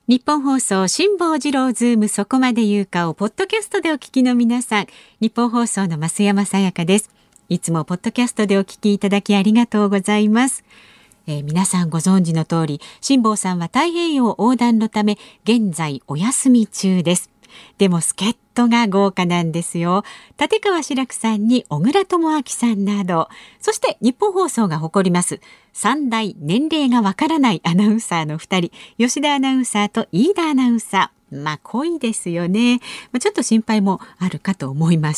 日本放送辛坊治郎ズームそこまで言うかをポッドキャストでお聞きの皆さん、日本放送の増山さやかです。いつもポッドキャストでお聞きいただきありがとうございます。皆さんご存知の通り、辛坊さんは太平洋横断のため現在お休み中です。でも助っ人が豪華なんですよ。立川志らくさんに小倉智昭さんなど、そして日本放送が誇ります三大年齢がわからないアナウンサーの2人、吉田アナウンサーと飯田アナウンサー。濃いですよね。ちょっと心配もあるかと思います。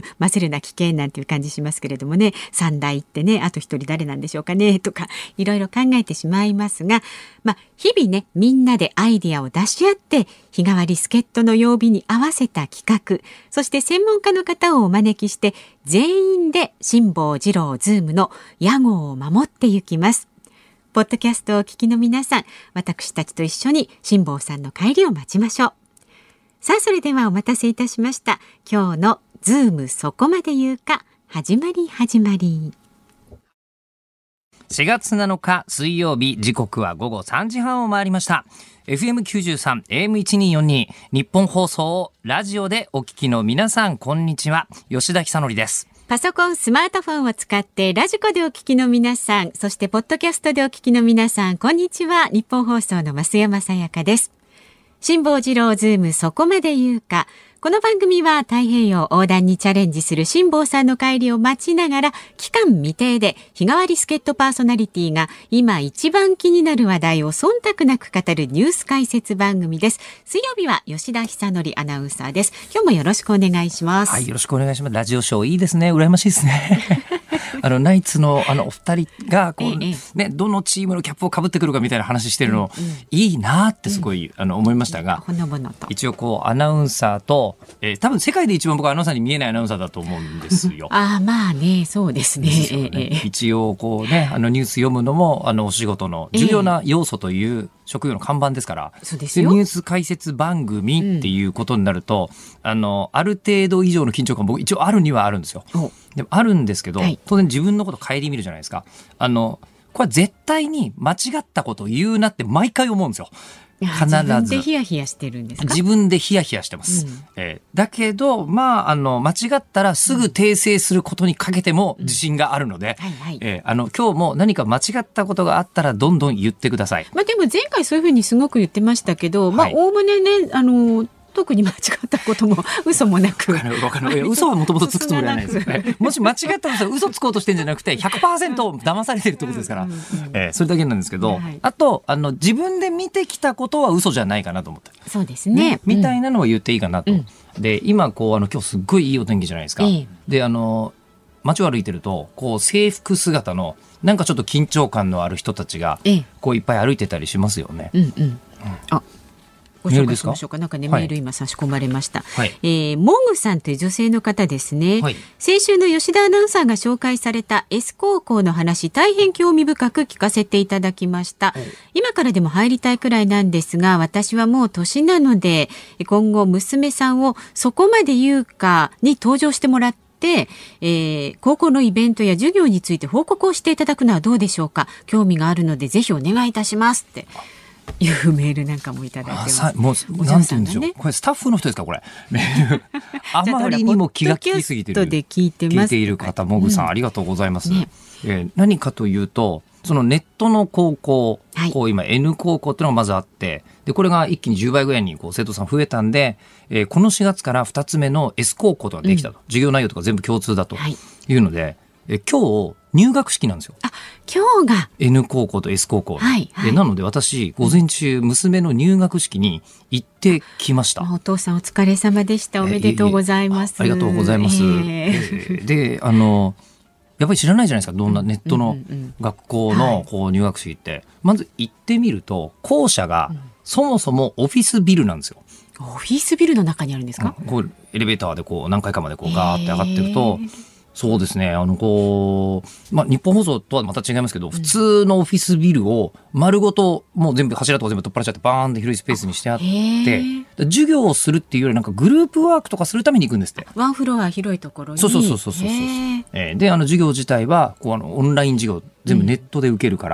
混ぜるな危険なんていう感じしますけれどもね、三大ってね、あと一人誰なんでしょうかねとかいろいろ考えてしまいますが、日々ね、みんなでアイデアを出し合って日替わり助っ人の曜日に合わせた企画、そして専門家の方をお招きして全員で辛坊治郎ズームの屋号を守っていきます。ポッドキャストをお聞きの皆さん、私たちと一緒に辛坊さんの帰りを待ちましょう。さあ、それではお待たせいたしました。今日のズームそこまで言うか、始まり。 4月7日水曜日、時刻は午後3時半を回りました。 FM93 AM1242 日本放送をラジオでお聞きの皆さん、こんにちは。吉田久典です。 パソコン、スマートフォンを使ってラジコでお聞きの皆さん、そしてポッドキャストでお聞きの皆さん、こんにちは。日本放送の増山さやかです。辛坊治郎ズームそこまで言うか。この番組は太平洋横断にチャレンジする辛坊さんの帰りを待ちながら、期間未定で日替わり助っ人パーソナリティが今一番気になる話題を忖度なく語るニュース解説番組です。水曜日は吉田久典アナウンサーです。今日もよろしくお願いします。 はい、よろしくお願いします。ラジオショーいいですね。羨ましいですね。ナイツのお二人がこう、ね、どのチームのキャップを被ってくるかみたいな話してるの、いいなってすごい、思いましたが、 ほのぼのと一応こうアナウンサーと、多分世界で一番僕はアナウンサーに見えないアナウンサーだと思うんですよ。 そうですね。 一応こうね、ニュース読むのもお仕事の重要な要素という職業の看板ですから、 そうですよ。 ニュース解説番組っていうことになると、ある程度以上の緊張感僕一応あるにはあるんですよ。でもあるんですけど、当然自分のこと顧みるじゃないですか。これは絶対に間違ったことを言うなって毎回思うんですよ。必ず。 自分でヒヤヒヤしてるんですか？ 自分でヒヤヒヤしてます。だけど、間違ったらすぐ訂正することにかけても自信があるので、今日も何か間違ったことがあったらどんどん言ってください。 でも前回そういうふうにすごく言ってましたけど、おおむねね、特に間違ったことも嘘もなく。 嘘はもともとつくつもりはないですよね。もし間違ったら嘘つこうとしてるんじゃなくて 100% 騙されてるってことですから、それだけなんですけど、あと自分で見てきたことは嘘じゃないかなと思って。 そうですね。 みたいなのを言っていいかなと。で、今こう今日すっごいいいお天気じゃないですか。で、街を歩いてるとこう制服姿のなんかちょっと緊張感のある人たちがこういっぱい歩いてたりしますよね。ご紹介しましょうか。なんかね、メール今差し込まれました。モグさんという女性の方ですね。先週の吉田アナウンサーが紹介された S 高校の話、大変興味深く聞かせていただきました。今からでも入りたいくらいなんですが、私はもう年なので、今後娘さんをそこまで言うかに登場してもらって、高校のイベントや授業について報告をしていただくのはどうでしょうか。興味があるのでぜひお願いいたしますっていうメールなんかもいただいてます。もうなんて言うんでしょう。これスタッフの人ですか、これ。メール。あまりにも気が利きすぎてる。聞いている方、モグさん、ありがとうございます。何かというと、そのネットの高校、こう今 N 高校っていうのがまずあって、でこれが一気に10倍ぐらいにこう生徒さん増えたんで、この4月から2つ目の S 高校とかできたと、授業内容とか全部共通だというので、今日入学式なんですよ。 今日が N 高校と S 高校、なので私午前中娘の入学式に行ってきました。 お父さんお疲れ様でした。おめでとうございます。 ありがとうございます。でやっぱり知らないじゃないですか、どんなネットの学校のこう入学式って。まず行ってみると、校舎がそもそもオフィスビルなんですよ。 オフィスビルの中にあるんですか？ こうエレベーターでこう何階かまでこうガーって上がってると、そうですね、こう、日本放送とはまた違いますけど、普通のオフィスビルを丸ごともう全部柱とか全部取っ払っちゃってバーンって広いスペースにしてあって、授業をするっていうよりなんかグループワークとかするために行くんですって。 ワンフロア広いところに。 そう。で授業自体はこうオンライン授業全部ネットで受けるから、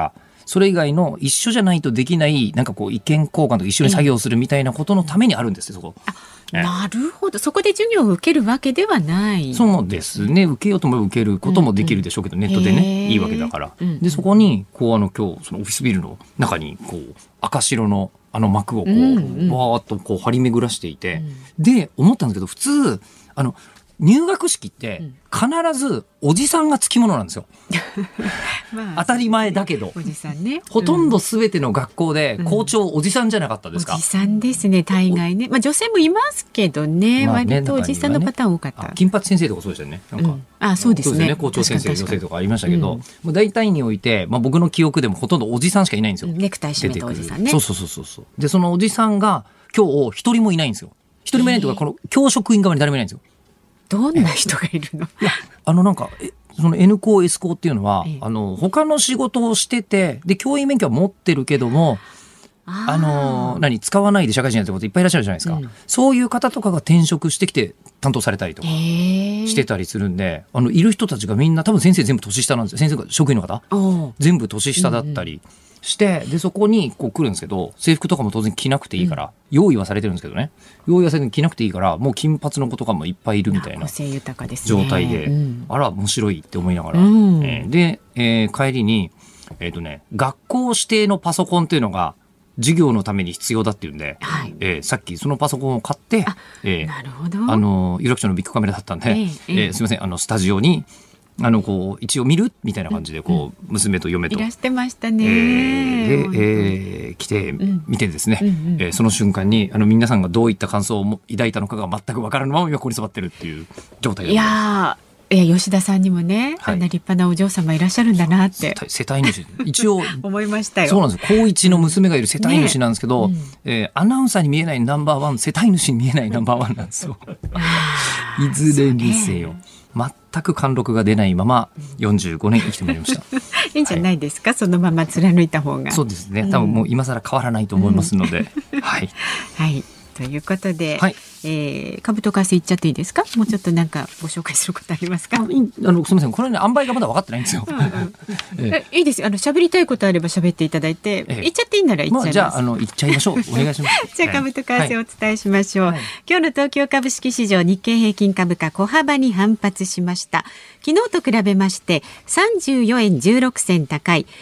それ以外の一緒じゃないとできないなんかこう意見交換とか一緒に作業するみたいなことのためにあるんですよ、そこ。 なるほど。そこで授業を受けるわけではない。 そうですね。受けようとも受けることもできるでしょうけど、ネットでね、いいわけだから。で、そこに、こう、今日、そのオフィスビルの中に、こう、赤白の幕をこう、わーっとこう張り巡らしていて、で、思ったんですけど、普通、入学式って必ずおじさんがつきものなんですよ。当たり前だけど、 おじさんね、 ほとんど全ての学校で校長おじさんじゃなかったですか。 おじさんですね、大概ね。女性もいますけどね、割とおじさんのパターン多かった。 金八先生とかそうでしたよね。なんか、 そうですね。 校長先生、女性とかありましたけど、大体において、僕の記憶でもほとんどおじさんしかいないんですよ。 ネクタイ締めたおじさんね。 そう。で、そのおじさんが今日一人もいないんですよ。一人もいないというか、この教職員側に誰もいないんですよ。 どんな人がいるの？ なんかその N 校 S 校っていうのは、他の仕事をしてて、で教員免許は持ってるけども、使わないで社会人やってることいっぱいいらっしゃるじゃないですか。そういう方とかが転職してきて担当されたりとかしてたりするんで、いる人たちがみんな多分先生全部年下なんですよ。先生が職員の方全部年下だったりして、でそこにこう来るんですけど、制服とかも当然着なくていいから、用意はされてるんですけどね、用意はされて着なくていいから、もう金髪の子とかもいっぱいいるみたいな個性豊かですね、 状態で、あら面白いって思いながら、で、帰りに、学校指定のパソコンっていうのが授業のために必要だっていうんで、さっきそのパソコンを買って、 なるほど、 有楽町のビッグカメラだったんで、すみません、スタジオにこう一応見るみたいな感じでこう、娘と嫁といらしてましたね。 で、来て見てですね、その瞬間に皆さんがどういった感想を抱いたのかが全く分からぬまま横に座ってるっていう状態で。 吉田さんにもね、あんな立派なお嬢様いらっしゃるんだなって世帯主一応思いましたよ。 そうなんですよ。高一の娘がいる世帯主なんですけど、アナウンサーに見えないナンバーワン、世帯主に見えないナンバーワンなんですよ。いずれにせよ、全く貫禄が出ないまま45年生きてまいりました。 いいんじゃないですか、そのまま貫いた方が。 そうですね、多分もう今更変わらないと思いますので、はい、 ということで、株と為替いっちゃっていいですか？もうちょっとなんかご紹介することありますか？ すみません、これね、塩梅がまだ分かってないんですよ。 いいですよ、喋りたいことあれば喋っていただいて、言っちゃっていいなら言っちゃいます。 じゃあ言っちゃいましょう。お願いします。 じゃあ株と為替をお伝えしましょう。今日の東京株式市場、日経平均株価小幅に反発しました。昨日と比べまして34円16銭高い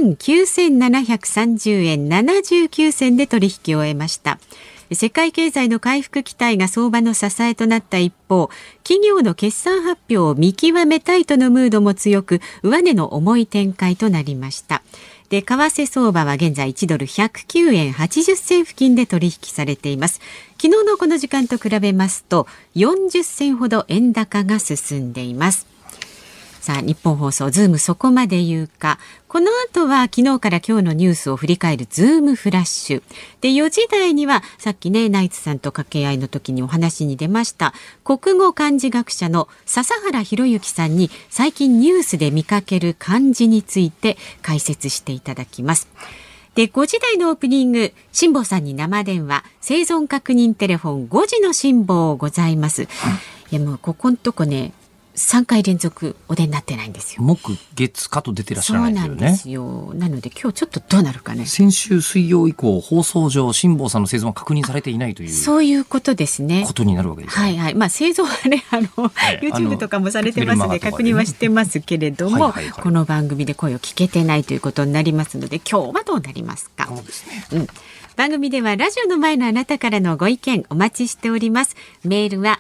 29,730 円79銭で取引を終えました。世界経済の回復期待が相場の支えとなった一方、企業の決算発表を見極めたいとのムードも強く、上値の重い展開となりました。で、為替相場は現在1ドル109円80銭付近で取引されています。昨日のこの時間と比べますと40銭ほど円高が進んでいます。さあ、日本放送ズームそこまで言うか。この後は昨日から今日のニュースを振り返るズームフラッシュで、4時台にはさっきね、ナイツさんと掛け合いの時にお話に出ました国語漢字学者の笹原博之さんに最近ニュースで見かける漢字について解説していただきます。で、5時台のオープニング、辛坊さんに生電話、生存確認テレフォン5時の辛坊ございます。いや、もうここんとこね、3回連続お出になってないんですよ。 木月火と出てらっしゃらないですよね。 そうなんですよ。なので今日ちょっとどうなるかね。 先週水曜以降、放送上辛坊さんの生存は確認されていないという、 そういうことですね。 ことになるわけです、ね。 生存はね、YouTube とかもされてますので、確認はしてますけれども、この番組で声を聞けてないということになりますので、今日はどうなりますか。 そうですね。 番組ではラジオの前のあなたからのご意見お待ちしております。メールは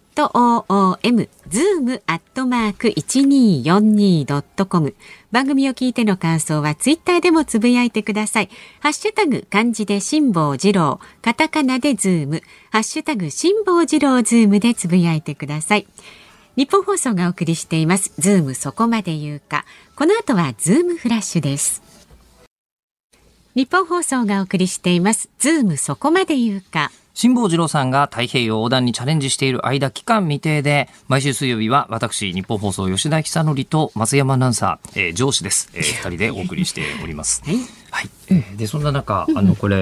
zoom@1242.com。番組を聞いての感想はツイッターでもつぶやいてください。ハッシュタグ漢字で辛坊治郎、カタカナでズーム、ハッシュタグ辛坊治郎ズームでつぶやいてください。日本放送がお送りしていますズームそこまで言うか。この後はズームフラッシュです。日本放送がお送りしていますズームそこまで言うか。 辛坊治郎さんが太平洋横断にチャレンジしている間、期間未定で、毎週水曜日は私日本放送吉田久典と増山アナウンサー、上司です、2人でお送りしております。でそんな中これ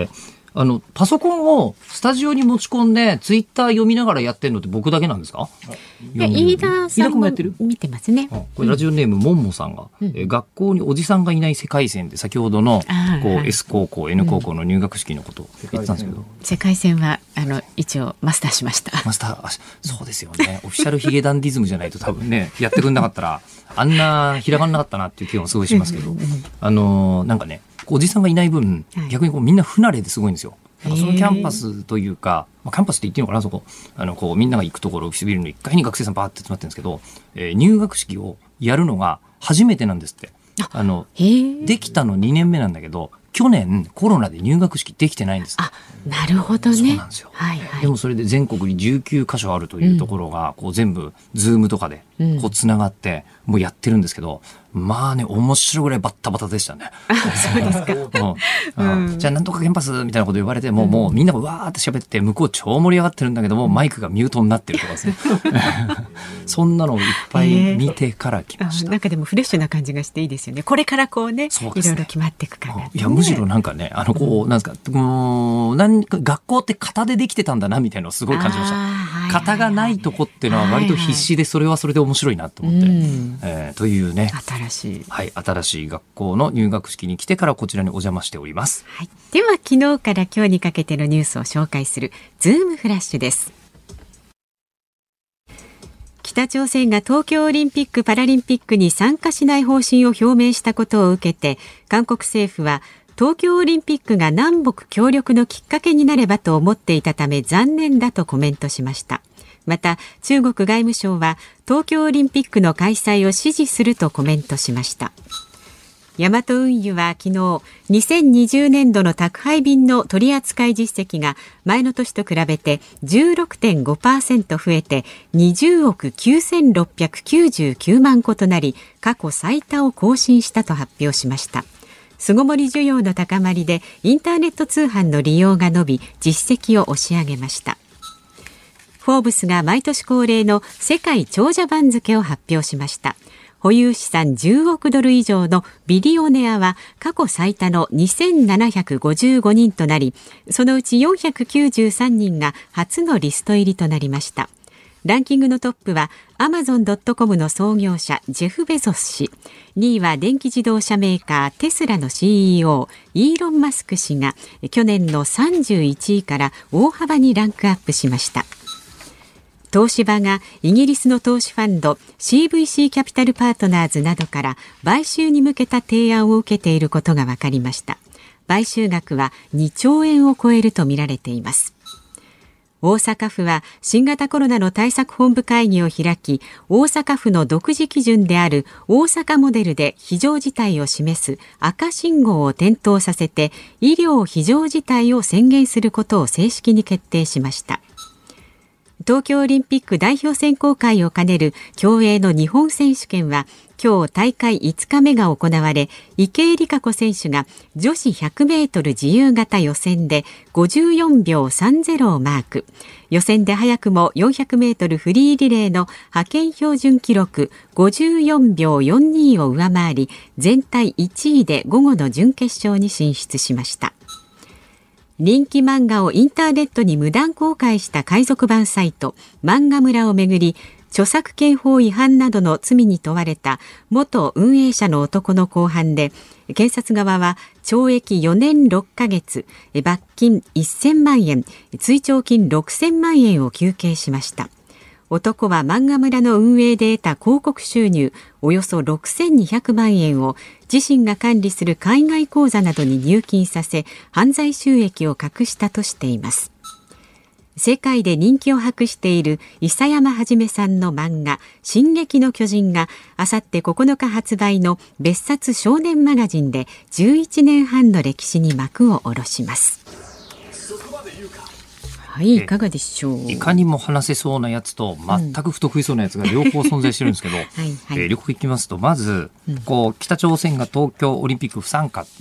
パソコンをスタジオに持ち込んでツイッター読みながらやってるのって僕だけなんですか？ 飯田さんも見てますね。 これラジオネームもんもさんが、学校におじさんがいない世界線で先ほどのS 高校 N 高校の入学式のことを言ってたんですけど、 世界線は一応マスターしました。 マスター、そうですよね。オフィシャルヒゲダンディズムじゃないと多分ねやってくんなかったらあんな開かんなかったなっていう気がすごいしますけど、なんかねおじさんがいない分、逆にみんな不慣れですごいんですよ。そのキャンパスというか、キャンパスって言っていいのかな、そこみんなが行くところオフィスビルの1階に学生さんバーって集まってるんですけど、入学式をやるのが初めてなんですって。できたの2年目なんだけど去年コロナで入学式できてないんです。 なるほどね。 そうなんですよ、でもそれで全国に19カ所あるというところが全部ズームとかでつながってもうやってるんですけど、まあね面白いぐらいバッタバタでしたね。 そうですか。 じゃあなんとかキャンパスみたいなこと言われてもうみんながわーって喋って向こう超盛り上がってるんだけどもマイクがミュートになってるとかですねそんなのをいっぱい見てから来ました。 なんかでもフレッシュな感じがしていいですよね。これからいろいろ決まっていくから、 いやむしろなんかねなんですか何か学校って型でできてたんだなみたいなのをすごい感じました。型がないとこっていうのは割と必死でそれはそれで面白いなと思って、というね新しい学校の入学式に来てからこちらにお邪魔しております。 では昨日から今日にかけてのニュースを紹介するズームフラッシュです。北朝鮮が東京オリンピック・パラリンピックに参加しない方針を表明したことを受けて韓国政府は東京オリンピックが南北協力のきっかけになればと思っていたため残念だとコメントしました。また中国外務省は東京オリンピックの開催を支持するとコメントしました。ヤマト運輸は昨日2020年度の宅配便の取り扱い実績が前の年と比べて 16.5% 増えて20億9699万個となり過去最多を更新したと発表しました。巣ごもり需要の高まりでインターネット通販の利用が伸び実績を押し上げました。フォーブスが毎年恒例の世界長者番付を発表しました。保有資産10億ドル以上のビリオネアは過去最多の2755人となり、そのうち493人が初のリスト入りとなりました。ランキングのトップはアマゾン.com の創業者ジェフ・ベゾス氏、2位は電気自動車メーカーテスラの CEO イーロン・マスク氏が去年の31位から大幅にランクアップしました。東芝がイギリスの投資ファンド CVC キャピタルパートナーズなどから買収に向けた提案を受けていることが分かりました。買収額は2兆円を超えるとみられています。大阪府は新型コロナの対策本部会議を開き、大阪府の独自基準である大阪モデルで非常事態を示す赤信号を点灯させて医療非常事態を宣言することを正式に決定しました。東京オリンピック代表選考会を兼ねる競泳の日本選手権は今日大会5日目が行われ、池江璃花子選手が女子100メートル自由形予選で54秒30をマーク。予選で早くも400メートルフリーリレーの派遣標準記録54秒42を上回り、全体1位で午後の準決勝に進出しました。人気漫画をインターネットに無断公開した海賊版サイト漫画村をめぐり、著作権法違反などの罪に問われた元運営者の男の公判で、検察側は懲役4年6ヶ月、罰金1000万円、追徴金6000万円を求刑しました。男は漫画村の運営で得た広告収入およそ6200万円を自身が管理する海外口座などに入金させ、犯罪収益を隠したとしています。世界で人気を博している諫山創さんの漫画進撃の巨人があさって9日発売の別冊少年マガジンで11年半の歴史に幕を下ろします。はい、いかがでしょう。 いかにも話せそうなやつと全く不得意そうなやつが両方存在してるんですけど両方いきますと、まず北朝鮮が東京オリンピック不参加っていう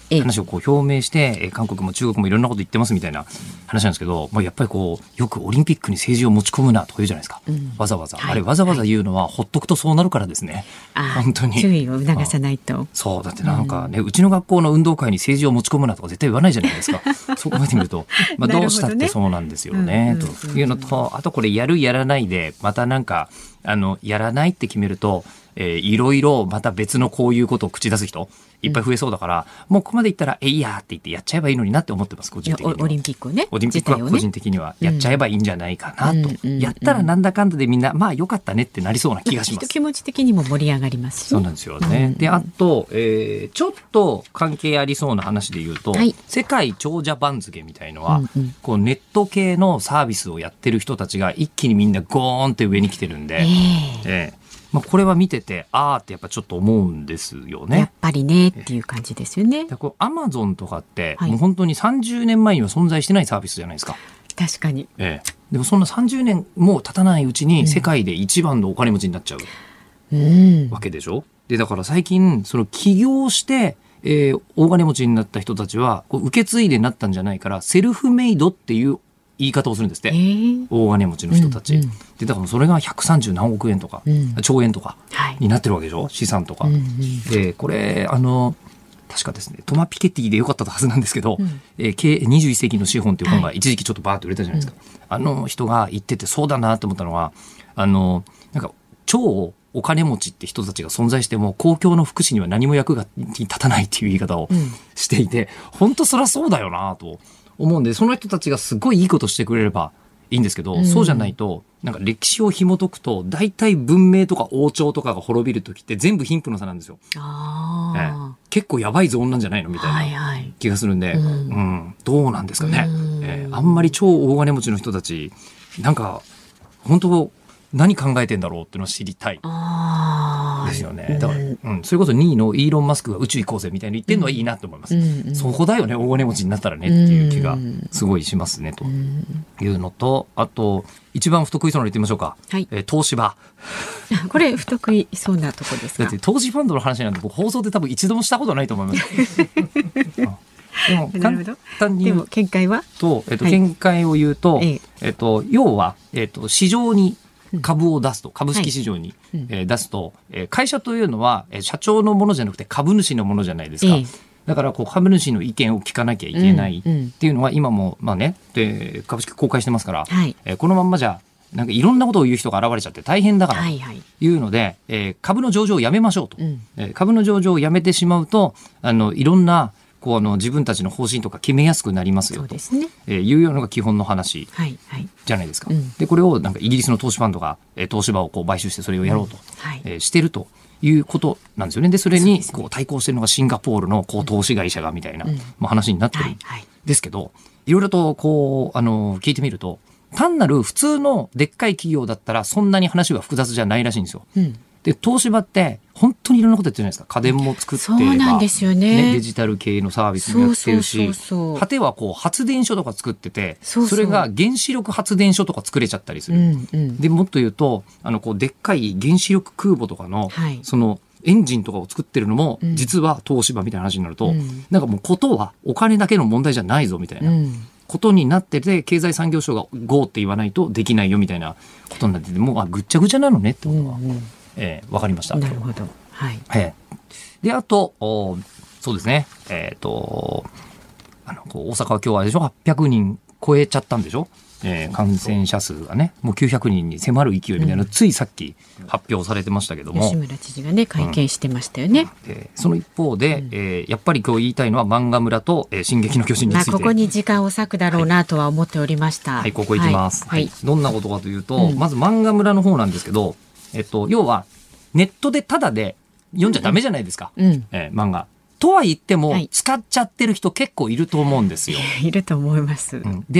話をこう表明して、韓国も中国もいろんなこと言ってますみたいな話なんですけど、やっぱりこうよくオリンピックに政治を持ち込むなとか言うじゃないですか、わざわざ、あれわざわざ言うのは、ほっとくとそうなるからですね、本当に注意を促さないと。 そうだってなんかね、うちの学校の運動会に政治を持ち込むなとか絶対言わないじゃないですかそう考えてみると、どうしたってそうなんですよねというのと、あとこれやるやらないでまたなんかやらないって決めると、いろいろまた別のこういうことを口出す人いっぱい増えそうだから、もうここまでいったらいいやって言ってやっちゃえばいいのになって思ってます。個人的にオリンピックをね、 オリンピックは個人的にはやっちゃえばいいんじゃないかなと、やったらなんだかんだでみんな良かったねってなりそうな気がします。 気持ち的にも盛り上がりますし、ね、 そうなんですよね。で、あと、ちょっと関係ありそうな話で言うと、世界長者番付みたいのは、こうネット系のサービスをやってる人たちが一気にみんなゴーンって上に来てるんで、これは見ててってやっぱちょっと思うんですよね。 やっぱりねっていう感じですよね。 アマゾンとかって、もう本当に30年前には存在してないサービスじゃないですか。 確かに、 でもそんな30年も経たないうちに世界で一番のお金持ちになっちゃう、わけでしょ。でだから最近その起業して、大金持ちになった人たちはこう受け継いでなったんじゃないからセルフメイドっていう言い方をするんですって、大金持ちの人たち、でだからそれが130何億円とか、兆円とかになってるわけでしょ、資産とか、でこれ確かですねトマ・ピケティでよかったはずなんですけど、21世紀の資本という本が一時期ちょっとバーッと売れたじゃないですか、あの人が言っててそうだなと思ったのは、なんか超お金持ちって人たちが存在しても公共の福祉には何も役が立たないっていう言い方をしていて、本当そりゃそうだよなと思うんで、その人たちがすごいいいことしてくれればいいんですけど、そうじゃないとなんか歴史を紐解くと大体文明とか王朝とかが滅びる時って全部貧富の差なんですよ。結構やばいゾーンなんじゃないのみたいな気がするんで、どうなんですかね、あんまり超大金持ちの人たちなんか本当何考えてんだろうっていうのを知りたいですよね。だから、それこそ2位のイーロン・マスクが宇宙行こうぜみたいに言ってるのはいいなと思います、そこだよね大金持ちになったらねっていう気がすごいしますね、というのと、あと一番不得意そうなの言ってみましょうか、東芝これ不得意そうなとこですか。 だって投資ファンドの話なんて僕放送で多分一度もしたことないと思いますでも簡単に言う見解は見解を言うと、要は、市場に株を出すと、株式市場に、出すと、会社というのは社長のものじゃなくて株主のものじゃないですか、だからこう株主の意見を聞かなきゃいけないっていうのは今もで株式公開してますから、このまんまじゃなんかいろんなことを言う人が現れちゃって大変だからというので、株の上場をやめましょうと、株の上場をやめてしまうといろんなこう自分たちの方針とか決めやすくなりますよというようなのが基本の話じゃないですか。でこれをなんかイギリスの投資ファンドが東芝をこう買収してそれをやろうと、してるということなんですよね。でそれにこう対抗してるのがシンガポールのこう投資会社がみたいな、話になってるんですけど、いろいろとこう聞いてみると単なる普通のでっかい企業だったらそんなに話が複雑じゃないらしいんですよ。で東芝って本当にいろんなことやってるじゃないですか。家電も作っていれば、デジタル系のサービスもやってるし、果てはこう発電所とか作ってて、それが原子力発電所とか作れちゃったりする。でもっと言うとこうでっかい原子力空母とかの、そのエンジンとかを作ってるのも実は東芝みたいな話になると、なんかもうことはお金だけの問題じゃないぞみたいな。ことになってて、経済産業省が GO って言わないとできないよみたいなことになってて、もうぐっちゃぐちゃなのねってことは、分かりました。 なるほど。 であとそうですね、大阪は今日はあれでしょ、800人超えちゃったんでしょ、感染者数がねもう900人に迫る勢いみたいなの、ついさっき発表されてましたけども、 吉村知事がね会見してましたよね。 その一方で、やっぱり今日言いたいのは漫画村と、進撃の巨人について、 ここに時間を割くだろうなとは思っておりました。 ここ行きます。どんなことかというと、まず漫画村の方なんですけど、要はネットでタダで読んじゃダメじゃないですか、漫画とは言っても、使っちゃってる人結構いると思うんですよ。 いると思います。 で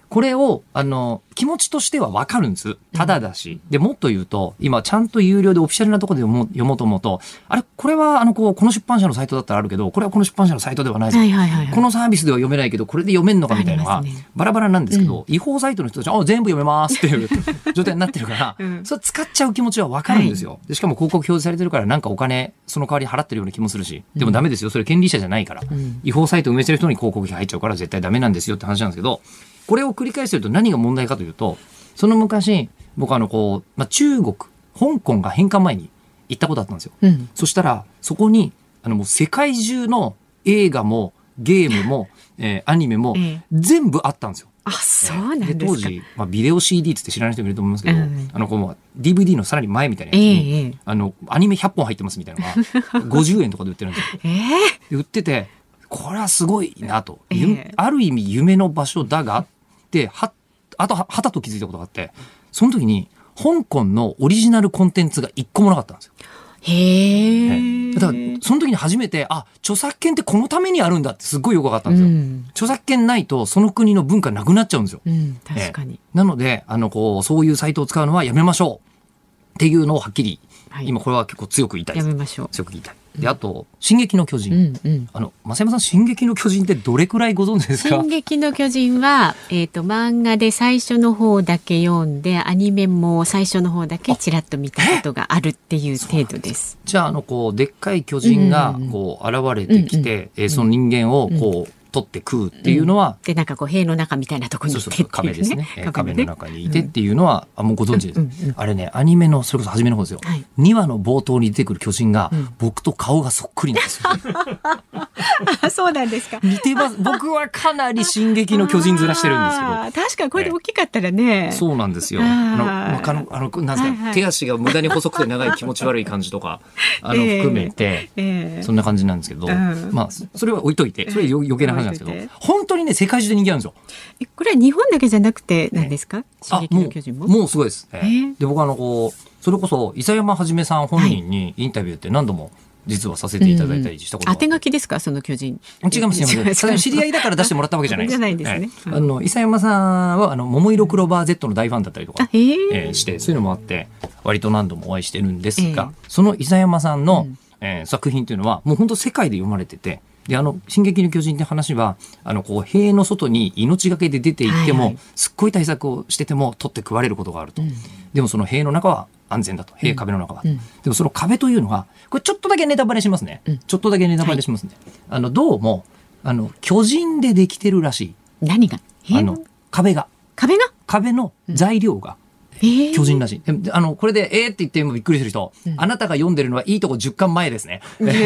これを、気持ちとしてはわかるんです。ただだし。で、もっと言うと、今、ちゃんと有料でオフィシャルなところで読もうと思うと、あれ、これは、この出版社のサイトだったらあるけど、これはこの出版社のサイトではないぞ。このサービスでは読めないけど、これで読めんのかみたいなのが、バラバラなんですけど、違法サイトの人たちは、全部読めますっていう状態になってるから、それ使っちゃう気持ちはわかるんですよ。で、しかも広告表示されてるから、なんかお金、その代わり払ってるような気もするし、でもダメですよ。それ権利者じゃないから。違法サイトを運営してる人に広告費入っちゃうから絶対ダメなんですよって話なんですけど、これを繰り返してると何が問題かというと、その昔、僕中国、香港が返還前に行ったことあったんですよ。そしたら、そこに、もう世界中の映画もゲームも、アニメも全部あったんですよ。 そうなんですか。 で当時、ビデオ CD って知らない人もいると思いますけど、DVD のさらに前みたいなやつに、アニメ100本入ってますみたいなのが、50円とかで売ってるんですよ。で売ってて、これはすごいなと。ある意味夢の場所だが、で、はたと気づいたことがあって、その時に、香港のオリジナルコンテンツが一個もなかったんですよ。だからその時に初めて著作権ってこのためにあるんだってすっごいよく分かったんですよ。著作権ないとその国の文化なくなっちゃうんですよ。 確かに。 なのでそういうサイトを使うのはやめましょうっていうのをはっきり、今これは結構強く言いたいです。 やめましょう。 強く言いたい。で、あと進撃の巨人、増山さん、進撃の巨人ってどれくらいご存知ですか？ 進撃の巨人は、漫画で最初の方だけ読んで、アニメも最初の方だけちらっと見たことがあるっていう程度です。 じゃあでっかい巨人が現れてきて、その人間を取って食うっていうのは、 でなんか塀の中みたいなところにいてっていうね、 壁ですね。壁の中にいてっていうのは、もうご存知です。あれね、アニメのそれこそ初めの方ですよ。2話の冒頭に出てくる巨人が、僕と顔がそっくりなんですよ。 そうなんですか。 似てます。僕はかなり進撃の巨人面してるんですけど。 確かにこれで大きかったらね。 そうなんですよ。なんですか、手足が無駄に細くて長い気持ち悪い感じとか含めて、そんな感じなんですけど、それは置いといて、それ余計な話なんですけど、本当にね、世界中で人気あるんですよ。 これは日本だけじゃなくて何ですか？進撃の巨人も。 もうすごいです。で、僕それこそ伊佐山はじめさん本人にインタビューって何度も実はさせていただいたりしたことが、 当て書きですか、その巨人？ 違います。知り合いだから出してもらったわけじゃないです。 じゃないですね。 伊佐山さんは桃色クローバー Z の大ファンだったりとかして、そういうのもあって割と何度もお会いしてるんですが、その伊佐山さんの作品というのはもう本当世界で読まれてて、で進撃の巨人って話は塀の外に命がけで出ていっても、すっごい対策をしてても取って食われることがあると、でもその塀の中は安全だと、壁の中は、でもその壁というのはこれちょっとだけネタバレしますね、ちょっとだけネタバレしますね、どうも巨人でできてるらしい。 何が？ 壁の材料が巨人らしい。これでって言ってもびっくりする人、あなたが読んでるのはいいとこ10巻前ですね。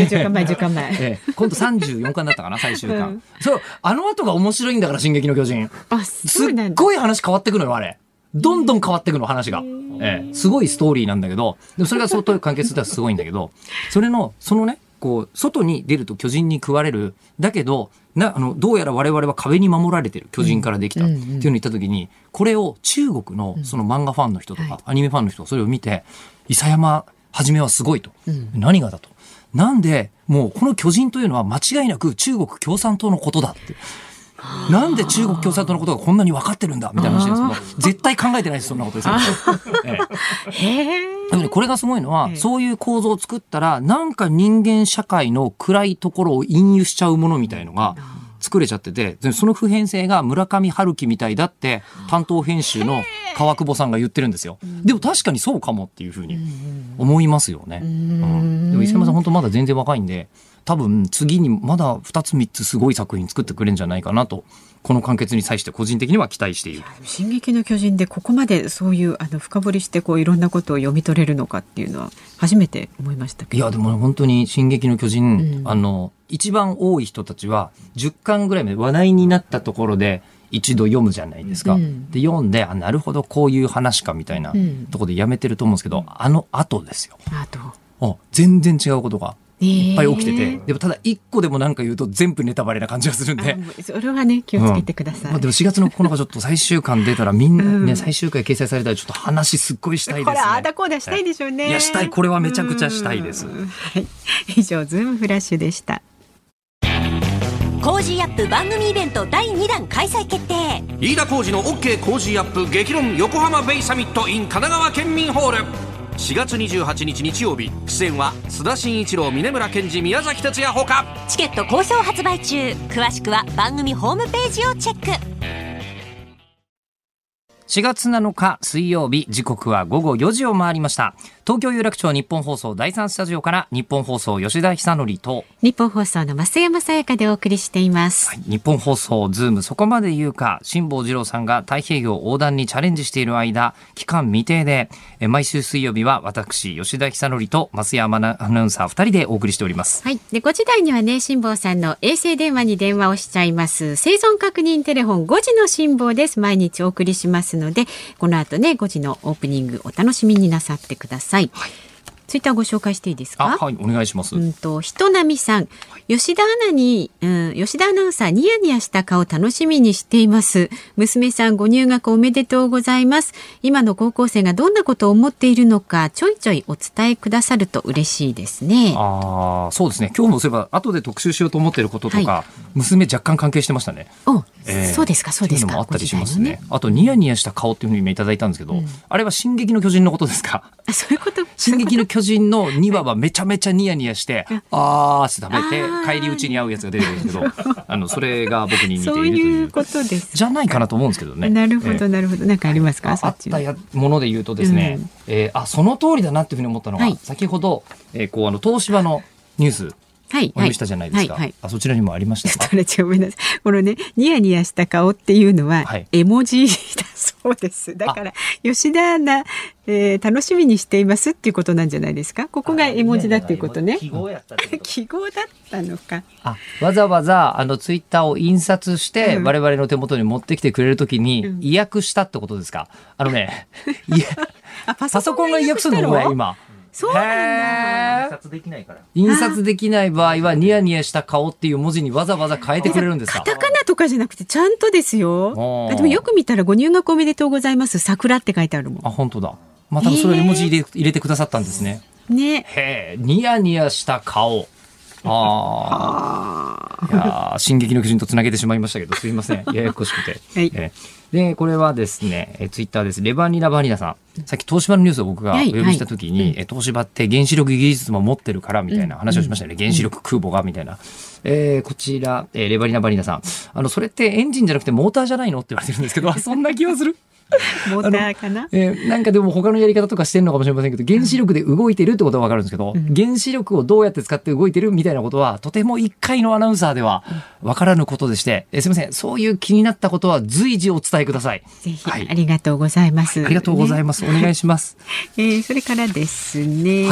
10巻前。 今度34巻だったかな、最終巻。そう、後が面白いんだから、進撃の巨人。すっごい話変わってくるの、あれ。どんどん変わってくの、話が。すごいストーリーなんだけど、でもそれが相当関係するとすごいんだけど、そのね、外に出ると巨人に食われる。だけど、どうやら我々は壁に守られてる巨人からできたっていうのを言った時に、これを中国のその漫画ファンの人とか、アニメファンの人がそれを見て、伊佐山はじめはすごいと。何がだと。なんで、もうこの巨人というのは間違いなく中国共産党のことだって。なんで中国共産党のことがこんなに分かってるんだみたいな話ですけど、絶対考えてないです、そんなことですよ。でもね、これがすごいのは、そういう構造を作ったら、なんか人間社会の暗いところを隠喩しちゃうものみたいのが作れちゃってて、その普遍性が村上春樹みたいだって担当編集の川久保さんが言ってるんですよ。でも確かにそうかもっていうふうに思いますよね。でも伊佐山さん本当まだ全然若いんで、多分次にまだ2つ3つすごい作品作ってくれるんじゃないかなと、この完結に際して個人的には期待している。 進撃の巨人でここまでそういう深掘りしていろんなことを読み取れるのかっていうのは初めて思いましたけど。 いやでも本当に進撃の巨人、一番多い人たちは10巻ぐらいまで話題になったところで一度読むじゃないですか、で読んでなるほどこういう話かみたいなところでやめてると思うんですけど、後ですよ。全然違うことがいっぱい起きてて、でもただ1個でも何か言うと全部ネタバレな感じがするんで、 それはね気をつけてください。 でも4月の9日ちょっと最終巻出たらみんなね、最終回掲載されたらちょっと話すっごいしたいですね。 これこうだしたいでしょうね。 いやしたい、これはめちゃくちゃしたいです。 以上ズームフラッシュでした。 コージーアップ番組イベント第2弾開催決定。 飯田浩司の OK コージーアップ激論横浜ベイサミット in 神奈川県民ホール、4月28日日曜日、出演は須田慎一郎、峯村健二、宮崎哲也ほか。 チケット好評発売中。詳しくは番組ホームページをチェック。 4月7日水曜日、時刻は午後4時を回りました。東京有楽町日本放送第3スタジオから日本放送吉田久典と日本放送の増山さやかでお送りしています、 はい、日本放送ズームそこまで言うか、辛坊治郎さんが太平洋横断にチャレンジしている間、期間未定で毎週水曜日は私吉田久典と増山アナウンサー2人でお送りしております。 はい、で5時台にはね、辛坊さんの衛星電話に電話をしちゃいます生存確認テレフォン5時の辛坊です。毎日お送りしますので、この後ね5時のオープニングお楽しみになさってください。はい、ツイッターご紹介していいですか。 はい、お願いします。 人並さん、吉田アナウンサーニヤニヤした顔楽しみにしています。娘さんご入学おめでとうございます。今の高校生がどんなことを思っているのかちょいちょいお伝えくださると嬉しいですね。 そうですね。今日もそういえば後で特集しようと思っていることとか、はい、娘若干関係してましたね。 そうですかそうですか。 っていうのもあったりしますね。あとニヤニヤした顔っていうふうに今いただいたんですけど、あれは進撃の巨人のことですか。 そういうこと。 進撃の巨人の2話はめちゃめちゃニヤニヤしてあーって食べて返り討ちに合うやつが出てるんですけど、それが僕に似ているという、そういうことですじゃないかなと思うんですけどね。 なるほどなるほど。何かありますか。 あったもので言うとですね、その通りだなっていうふうに思ったのが、先ほど、東芝のニュースお読みしたじゃないですか。そちらにもありましたか。 ごめんなさい。このね、ニヤニヤした顔っていうのは、絵文字だそうです。だから吉田アナ、楽しみにしていますっていうことなんじゃないですか。ここが絵文字だっていうことね。記号だったのか。 わざわざツイッターを印刷して、我々の手元に持ってきてくれるときに、意訳したってことですか。パソコンが意訳するのこれ今。 そうなんだ。 印刷できないから。印刷できない場合はニヤニヤした顔っていう文字にわざわざ変えてくれるんですか。 カタカナとかじゃなくてちゃんとですよ。でもよく見たらご入学おめでとうございます桜って書いてあるもん。 本当だ。多分それ絵文字入れてくださったんですね。ニヤニヤした顔。いや進撃の巨人とつなげてしまいましたけどすいません、ややこしくて。でこれはですね、ツイッターです。レバニラバニラさん、さっき東芝のニュースを僕がお呼びした時に、東芝って原子力技術も持ってるからみたいな話をしましたね。原子力空母がみたいな。こちら、レバニラバニラさん、それってエンジンじゃなくてモーターじゃないのって言われてるんですけど、そんな気はする。 モーターかな。 なんかでも他のやり方とかしてるのかもしれませんけど、原子力で動いてるってことは分かるんですけど、原子力をどうやって使って動いてるみたいなことはとても一回のアナウンサーでは分からぬことでして、すみません、そういう気になったことは随時お伝えください。 ぜひ、ありがとうございます。 ありがとうございます。お願いします。 それからですね、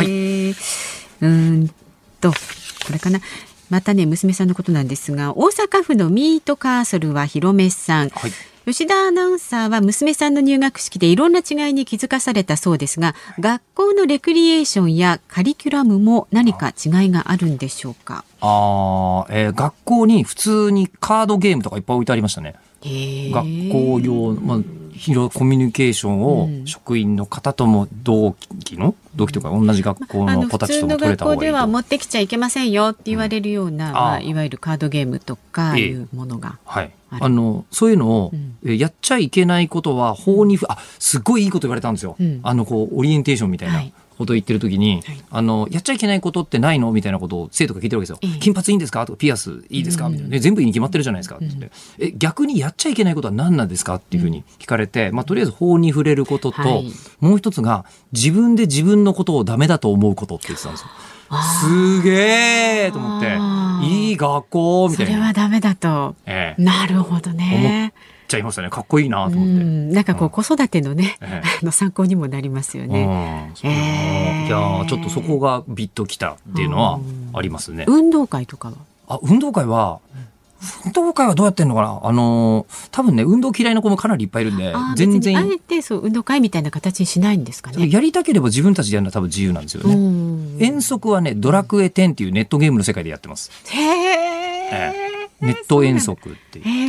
これかな。またね、娘さんのことなんですが、大阪府のミートカーソルは広めさん。吉田アナウンサーは娘さんの入学式でいろんな違いに気づかされたそうですが、学校のレクリエーションやカリキュラムも何か違いがあるんでしょうか。 学校に普通にカードゲームとかいっぱい置いてありましたね。学校用、コミュニケーションを職員の方とも同期というか同じ学校の子たちとも取れた方がいいと。普通の学校では持ってきちゃいけませんよって言われるような、いわゆるカードゲームとかいうものが、 そういうのを、やっちゃいけないことは法にすごいいいこと言われたんですよ。オリエンテーションみたいなことを言ってる時に、やっちゃいけないことってないのみたいなことを生徒が聞いてるわけですよ。金髪いいんですかとかピアスいいですかみたいな、全部いいに決まってるじゃないですかって言って、逆にやっちゃいけないことは何なんですかっていうふうに聞かれて、とりあえず法に触れることと、もう一つが自分で自分のことをダメだと思うことって言ってたんですよ。すげーと思って、いい学校みたいな。 それはダメだと、なるほどね。 ちゃいましたね。かっこいいなと思って。 なんか子育てのね、参考にもなりますよね。 いやちょっとそこがビッときたっていうのはありますね。 運動会とかは？ 運動会はどうやってんのかな。多分ね、運動嫌いな子もかなりいっぱいいるんで、全然あえて運動会みたいな形にしないんですかね。 やりたければ自分たちでやるのは多分自由なんですよね。遠足はね、ドラクエ10っていうネットゲームの世界でやってます。ネット遠足って言って、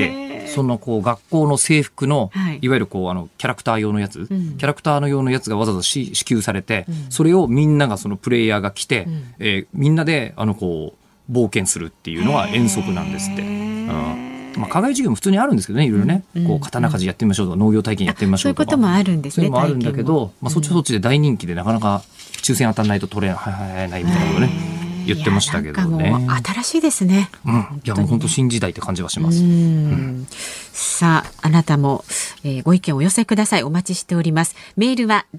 その学校の制服の、いわゆるキャラクター用のやつ、キャラクターの用のやつがわざわざ支給されて、それをみんながプレイヤーが着て、みんなで冒険するっていうのが遠足なんですって。 課外授業も普通にあるんですけどね、いろいろね、こう刀鍛冶やってみましょうとか、農業体験やってみましょうとか、 そういうこともあるんですね。 そういうのもあるんだけど、そっちそっちで大人気でなかなか抽選当たらないと取れないみたいなことをね言ってましたけどね。 なんかもう新しいですね。 いやもう本当新時代って感じはします。 さあ、あなたも、ご意見をお寄せください。お待ちしております。メールは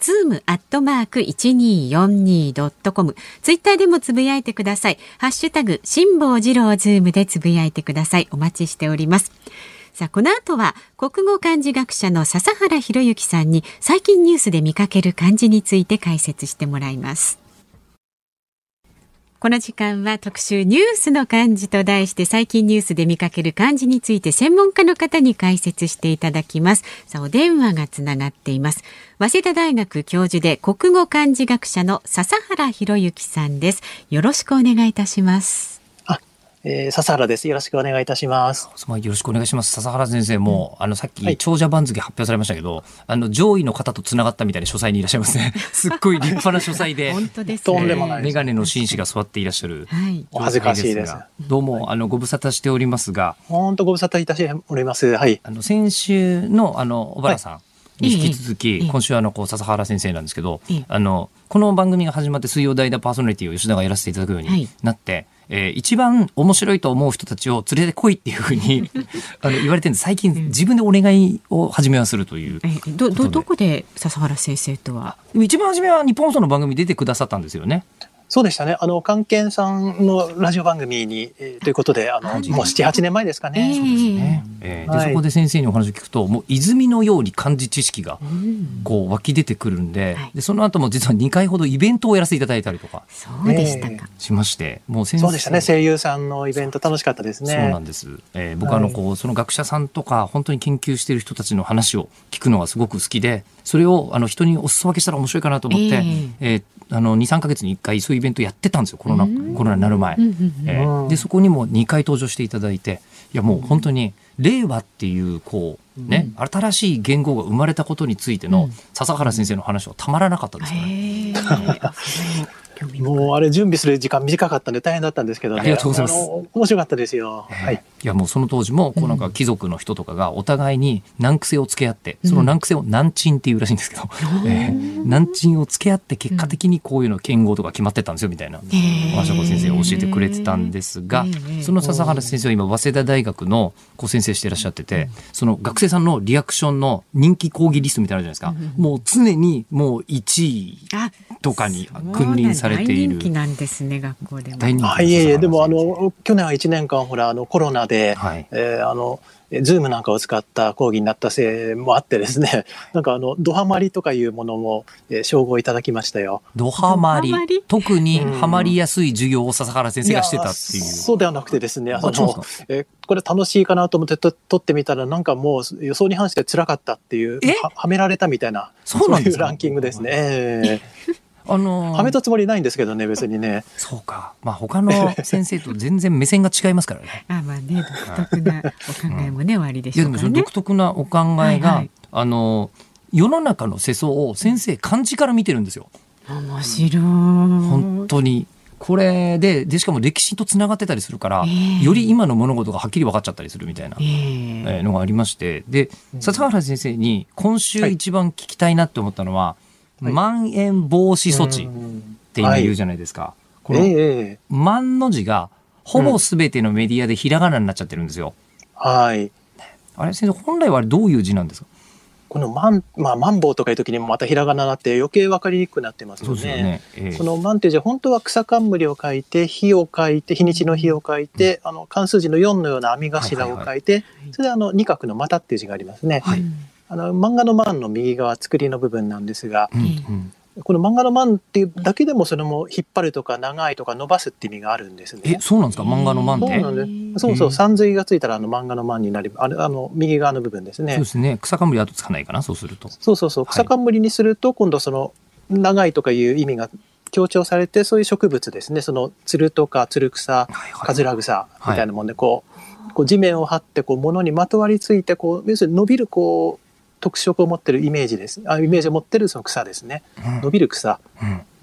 zoom@1242.com、 ツイッターでもつぶやいてください。ハッシュタグ辛坊治郎ズームでつぶやいてください。お待ちしております。さあ、この後は国語漢字学者の笹原博之さんに最近ニュースで見かける漢字について解説してもらいます。この時間は特集ニュースの漢字と題して、最近ニュースで見かける漢字について専門家の方に解説していただきます。さあ、お電話がつながっています。早稲田大学教授で国語漢字学者の笹原博之さんです。よろしくお願いいたします。 笹原です。よろしくお願いいたします。 よろしくお願いします。笹原先生も、さっき長者番付発表されましたけど、上位の方とつながったみたいな書斎にいらっしゃいますね。すっごい立派な書斎で本当ですね。 とんでもないです。 メガネの紳士が座っていらっしゃる、 お恥ずかしいです。 どうもご無沙汰しておりますが、 本当ご無沙汰いたしております。はい。 先週の小原さんに引き続き、今週笹原先生なんですけど、この番組が始まって水曜代打パーソナリティを吉田がやらせていただくようになって、一番面白いと思う人たちを連れてこいっていうふうに言われてるんで、最近自分でお願いを始めはするという。 どこで笹原先生とは？ 一番初めは日本放送の番組に出てくださったんですよね。 そうでしたね。漢検さんのラジオ番組に、ということで、もう7、8年前ですかね。 そうですね。でそこで先生にお話を聞くと、もう泉のように漢字知識がこう湧き出てくるんで、でその後も実は2回ほどイベントをやらせていただいたりとかそうでしたか、 しまして、もう先生そうでしたね。声優さんのイベント楽しかったですね。 そうなんです。僕はその学者さんとか本当に研究している人たちの話を聞くのがすごく好きで、それを人にお裾分けしたら面白いかなと思って、2、3ヶ月に1回そういうイベントやってたんですよ。コロナになる前、でそこにも2回登場していただいて、いやもう本当に令和っていう新しい言語が生まれたことについての笹原先生の話はたまらなかったですからね。 もうあれ準備する時間短かったんで大変だったんですけどね。 ありがとうございます。 面白かったですよ。 いやもうその当時もなんか貴族の人とかがお互いに難癖をつけ合って、その難癖を難鎮っていうらしいんですけど、難鎮をつけ合って結果的にこういうの剣豪とか決まってたんですよみたいなお話を先生が教えてくれてたんですが、その笹原先生は今早稲田大学の先生していらっしゃってて、その学生さんのリアクションの人気講義リストみたいなのあるじゃないですか。もう常にもう1位とかに君臨されている。 大人気なんですね、学校でも。 大人気でも去年は1年間コロナで、ズームなんかを使った講義になったせいもあってですね、なんかドハマりとかいうものも、称号いただきましたよ。 ドハマり、特にハマりやすい授業を笹原先生がしてたっていう。 そうではなくてですね、これ楽しいかなと思って撮ってみたら、なんかもう予想に反して辛かったっていう、はめられたみたいな、そういうランキングですね。はめたつもりないんですけどね、別にね。 そうか。他の先生と全然目線が違いますからね。 独特なお考えもね、おありでしょうからね。 いやでも独特なお考えが、世の中の世相を先生漢字から見てるんですよ。 面白い。 本当に。これでしかも歴史とつながってたりするから、より今の物事がはっきり分かっちゃったりするみたいなのがありまして、で、笹原先生に今週一番聞きたいなって思ったのは、まん延防止措置って今言うじゃないですか。このまんの字がほぼ全てのメディアでひらがなになっちゃってるんですよ。あれ先生、本来はあれどういう字なんですか？ このマンボウとかいう時にもまたひらがなになって余計分かりにくくなってますよね。このマンって字は本当は草冠を書いて日を書いて日にちの日を書いて、漢数字の4のような編み頭を書いて、それで二画の又っていう字がありますね。漫画の漫の右側作りの部分なんですが、この漫画の漫っていうだけでもそれも引っ張るとか長いとか伸ばすって意味があるんですね。 そうなんですか？漫画の漫って。 そうなんです。そう三髄がついたら漫画の漫になり、右側の部分ですね。 そうですね。草冠後つかないかな、そうすると。 そう草冠にすると今度その長いとかいう意味が強調されて、そういう植物ですね。そのつるとかつる草、かずら草みたいなもんでこう地面を張って物にまとわりついて要するに伸びる特色を持ってるイメージです。イメージを持ってるその草ですね。伸びる草。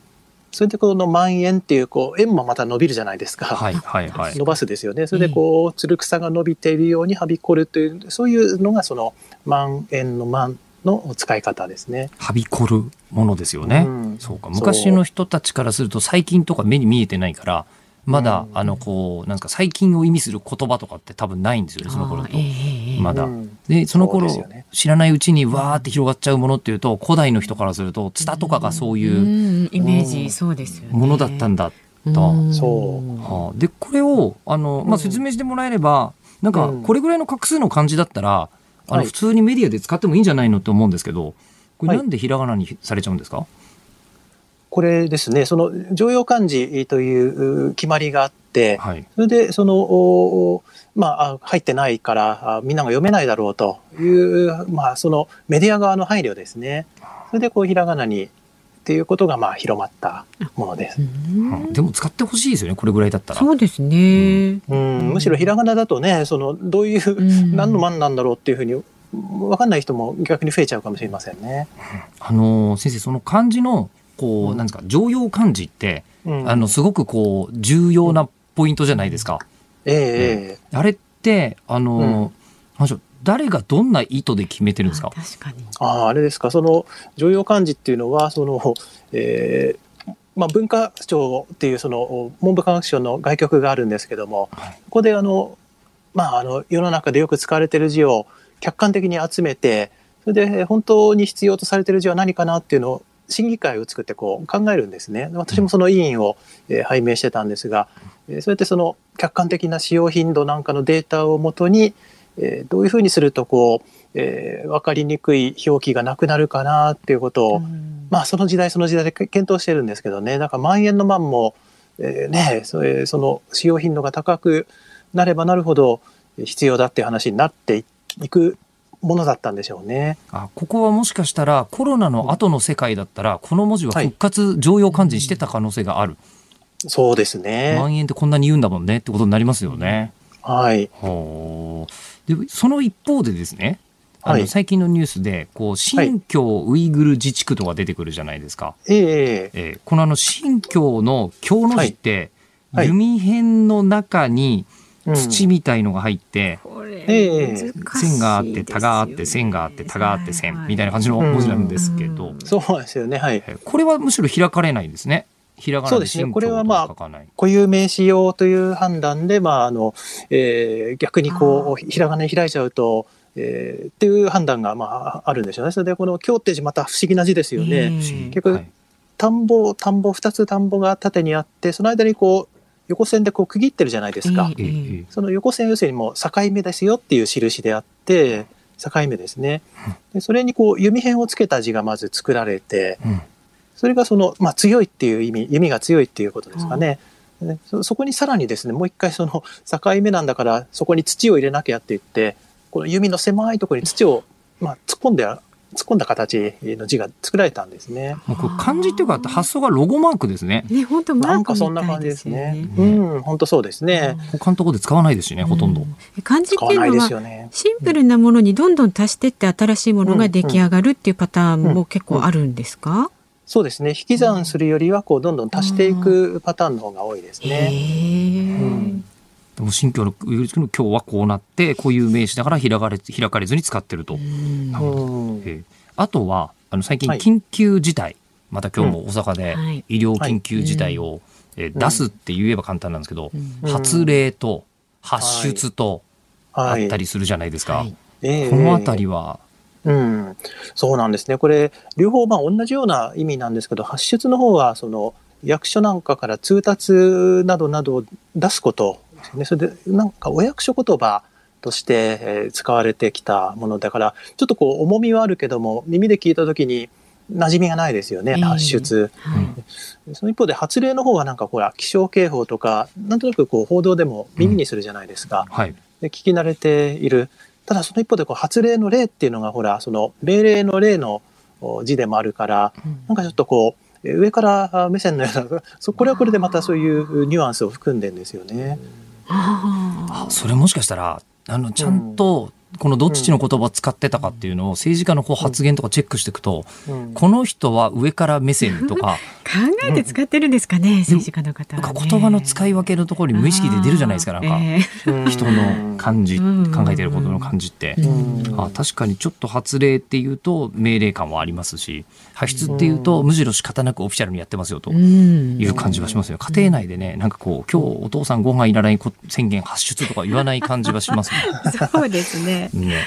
それでこの万円っていう円もまた伸びるじゃないですか、 はいはいはい、 伸ばすですよね。それでつる草が伸びているようにはびこるという、そういうのがその万円の万の使い方ですね。 はびこるものですよね、そうか、昔の人たちからすると最近とか目に見えてないからまだなんか最近を意味する言葉とかって多分ないんですよね、その頃と、まだでその頃知らないうちにわーって広がっちゃうものっていうと、古代の人からするとツタとかがそういうイメージ、そうですよね、 ものだったんだと、でこれを説明してもらえれば、なんかこれぐらいの画数の漢字だったら普通にメディアで使ってもいいんじゃないのって思うんですけど、これなんでひらがなにされちゃうんですか？ これですね、その常用漢字という決まりがあって、はい、それでその入ってないからみんなが読めないだろうという、そのメディア側の配慮ですね。それでひらがなにっていうことが広まったものです。 でも使ってほしいですよね、これぐらいだったら。 そうですね。 むしろひらがなだとね、そのどういう何の万なんだろうっていうふうに分かんない人も逆に増えちゃうかもしれませんね。 先生、その漢字のなんですか、常用漢字って、すごく重要なポイントじゃないですか。あれって誰がどんな意図で決めてるんですか？ 確かに。 あれですか、その常用漢字っていうのはその、文化庁っていうその文部科学省の外局があるんですけども、ここで世の中でよく使われている字を客観的に集めて、それで本当に必要とされている字は何かなっていうのを審議会を作って考えるんですね。私もその委員を拝命してたんですが、そうやってその客観的な使用頻度なんかのデータをもとに、どういうふうにすると分かりにくい表記がなくなるかなっていうことを、その時代その時代で検討してるんですけどね。だから万円の万も、その使用頻度が高くなればなるほど必要だっていう話になっていくものだったんでしょうね。 ここはもしかしたらコロナの後の世界だったらこの文字は復活常用漢字にしてた可能性がある、 そうですね。 万円ってこんなに言うんだもんねってことになりますよね。 はい。 でその一方でですね、最近のニュースで新疆ウイグル自治区とか出てくるじゃないですか。この新疆の疆の字って、弓辺の中に土みたいのが入って、線があって田があって線があって田があって線みたいな感じの文字なんですけど、 そうですよね。はい。 これはむしろ開かれないんですね。ひらがなで新疆とは書かない。 固有名詞用という判断で、逆にひらがなに開いちゃうと、っていう判断があるんでしょうね。それでこの疆って字また不思議な字ですよね。結局、田んぼ2つ田んぼが縦にあって、その間に横線で区切ってるじゃないですか。その横線要するにもう境目ですよっていう印であって、境目ですね。でそれに弓辺をつけた字がまず作られて、それがその、強いっていう意味、弓が強いっていうことですかね。そこにさらにですね、もう一回その境目なんだからそこに土を入れなきゃって言って、この弓の狭いところに土を突っ込んだ形の字が作られたんですね。 これ漢字っていうか発想がロゴマークですね。 本当マークみたいですね。 なんかそんな感じですね。本当そうですね。 他のところで使わないですしね、ほとんど。 漢字っていうのはシンプルなものにどんどん足していって新しいものが出来上がるっていうパターンも結構あるんですか？ そうですね。引き算するよりはどんどん足していくパターンの方が多いですね。 でも新疆のウイグル自治区の疆はこうなって固有名詞だから開かれずに使ってると。あとは最近緊急事態、また今日も大阪で医療緊急事態を出すって言えば簡単なんですけど、発令と発出とあったりするじゃないですか。このあたりはそうなんですね。これ両方同じような意味なんですけど、発出の方はその役所なんかから通達などなどを出すことですね。それでなんかお役所言葉として使われてきたものだから、ちょっと重みはあるけども耳で聞いた時に馴染みがないですよね。発出、その一方で発令の方はなんか気象警報とかなんとなく報道でも耳にするじゃないですか。で聞き慣れている。ただその一方で発令の令っていうのがその命令の令の字でもあるから、なんかちょっと上から目線のようなこれはこれでまたそういうニュアンスを含んでるんですよね。 それもしかしたらちゃんとこのどっちの言葉を使ってたかっていうのを政治家の発言とかチェックしていくと、この人は上から目線とかえて使ってるんですかね、政治家の方は、ね。 言葉の使い分けのところに無意識で出るじゃないですか、なんか、人の感じ、考えていることの感じって、確かにちょっと発令っていうと命令感はありますし、発出っていうとむしろ仕方なくオフィシャルにやってますよという感じはしますよ。家庭内でね、なんかこう今日お父さんご飯いらない宣言発出とか言わない感じはしますね。 そうですね。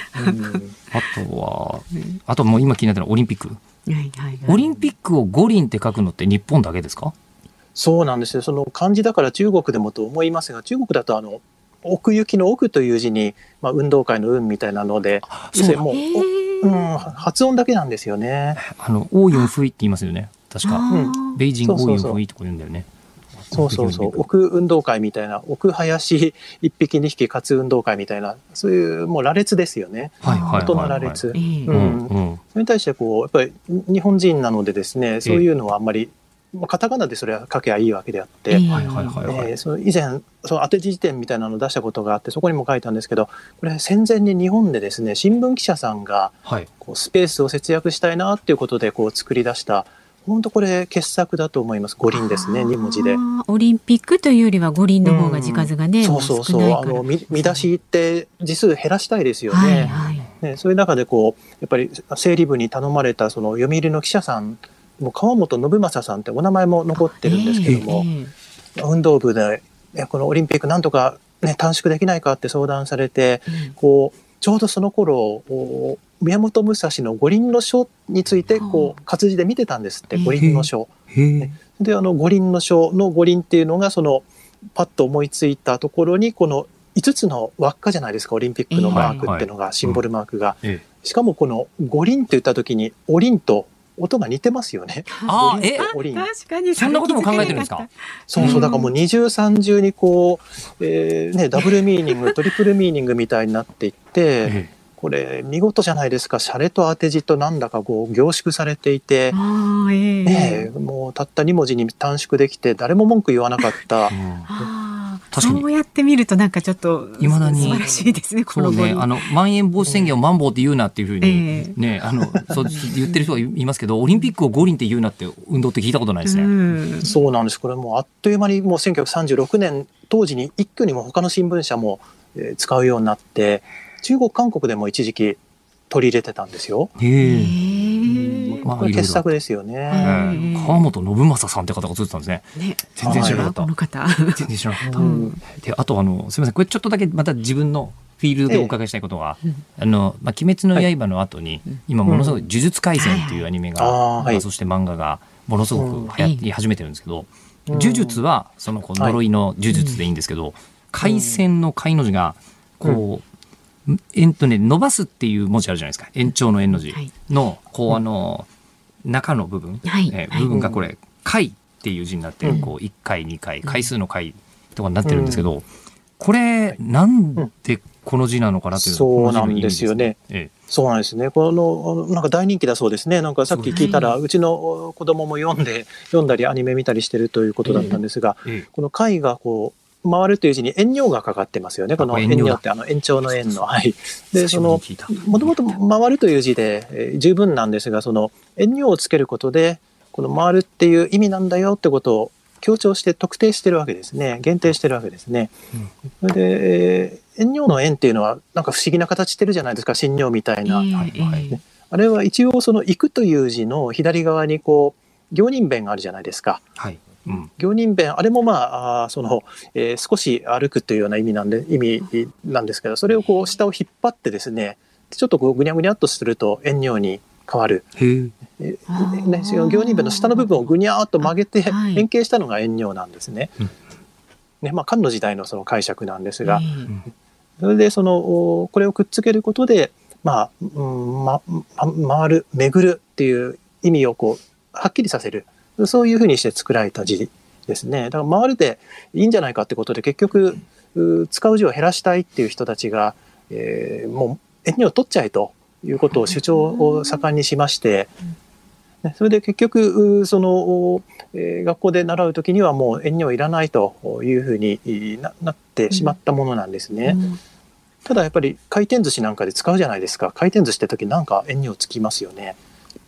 あともう今気になったのはオリンピック。オリンピックを五輪って書くのって日本だけですか？ そうなんですよ。その漢字だから中国でもと思いますが、中国だと奥行きの奥という字に、運動会の運みたいなので、もう、発音だけなんですよね。 オーユンフイって言いますよね。確か。ベイジンオーユンフイとか言うんだよね。 そう。奥運動会みたいな、奥林一匹二匹勝つ運動会みたいな、そういうもう羅列ですよね。音の羅列。それに対してやっぱり日本人なのでですね、そういうのはあんまり、カタカナでそれは書けばいいわけであって、以前その当て字辞典みたいなのを出したことがあって、そこにも書いたんですけど、これ戦前に日本でですね、新聞記者さんがスペースを節約したいなっていうことで作り出した、本当これ傑作だと思います。五輪ですね、2文字で。 オリンピックというよりは五輪の方が字数がね、 そう見出しって字数減らしたいですよね。そういう中でやっぱり整理部に頼まれたその読売の記者さんも川本信正さんってお名前も残ってるんですけども、運動部でこのオリンピックなんとか、短縮できないかって相談されて、ちょうどその頃宮本武蔵の五輪の書について活字で見てたんですって。五輪の書で、五輪の書の五輪っていうのがパッと思いついたところにこの5つの輪っかじゃないですか、オリンピックのマークっていうのが、シンボルマークが。しかもこの五輪って言った時におりんと音が似てますよね。 確かにそんなことも考えてるんですか？ そうだからもう二重三重にダブルミーニングトリプルミーニングみたいになっていって、これ見事じゃないですか。シャレと当て字となんだか凝縮されていて、もうたった2文字に短縮できて誰も文句言わなかった。 そうやって見るとなんかちょっと素晴らしいですね。この五輪。 まん延防止宣言をマンボウって言うなっていうふうにそう言ってる人がいますけど、オリンピックを五輪って言うなって運動って聞いたことないですね。 そうなんです。これもうあっという間にもう1936年当時に一挙にも他の新聞社も使うようになって、中国韓国でも一時期取り入れてたんですよ。これ傑作ですよね。 川本信正さんって方が作ってたんですね。全然知らなかった。全然知らなかった。で、あとすみません、これちょっとだけまた自分のフィールドでお伺いしたいことが、鬼滅の刃の後に今ものすごい呪術廻戦っていうアニメが、そして漫画がものすごく流行り始めてるんですけど、呪術はその呪いの呪術でいいんですけど、廻戦の廻の字が伸ばすっていう文字あるじゃないですか。延長の延の字の中の部分、部分がこれ回っていう字になってる、1回2回回数の回とかになってるんですけど、これなんでこの字なのかなっていう。 そうなんですよね。そうなんですね。なんか大人気だそうですね。なんかさっき聞いたらうちの子供も読んだりアニメ見たりしてるということだったんですが、この回が回るという字に延尿がかかってますよね。この延尿って延長の延の。で、もともと回るという字で、十分なんですが、その延尿をつけることで、この回るっていう意味なんだよってことを強調して特定してるわけですね。限定してるわけですね。それで、延尿の円っていうのはなんか不思議な形してるじゃないですか。神尿みたいな。あれは一応行くという字の左側に行人弁があるじゃないですか。行人弁、あれも少し歩くというような意味なんですけど、それを下を引っ張ってですね、ちょっとぐにゃぐにゃっとすると延尿に変わる。行人弁の下の部分をぐにゃーっと曲げて変形したのが延尿なんですね。漢の時代のその解釈なんですが、それでこれをくっつけることで、回る、巡るっていう意味をはっきりさせる。そういうふうにして作られた字ですね。だから回るでいいんじゃないかってことで、結局使う字を減らしたいっていう人たちが、もう延尿を取っちゃえということを主張を盛んにしまして、それで結局学校で習う時にはもう延尿いらないというふうに なってしまったものなんですね。ただやっぱり回転寿司なんかで使うじゃないですか。回転寿司って時なんか延尿つきますよね。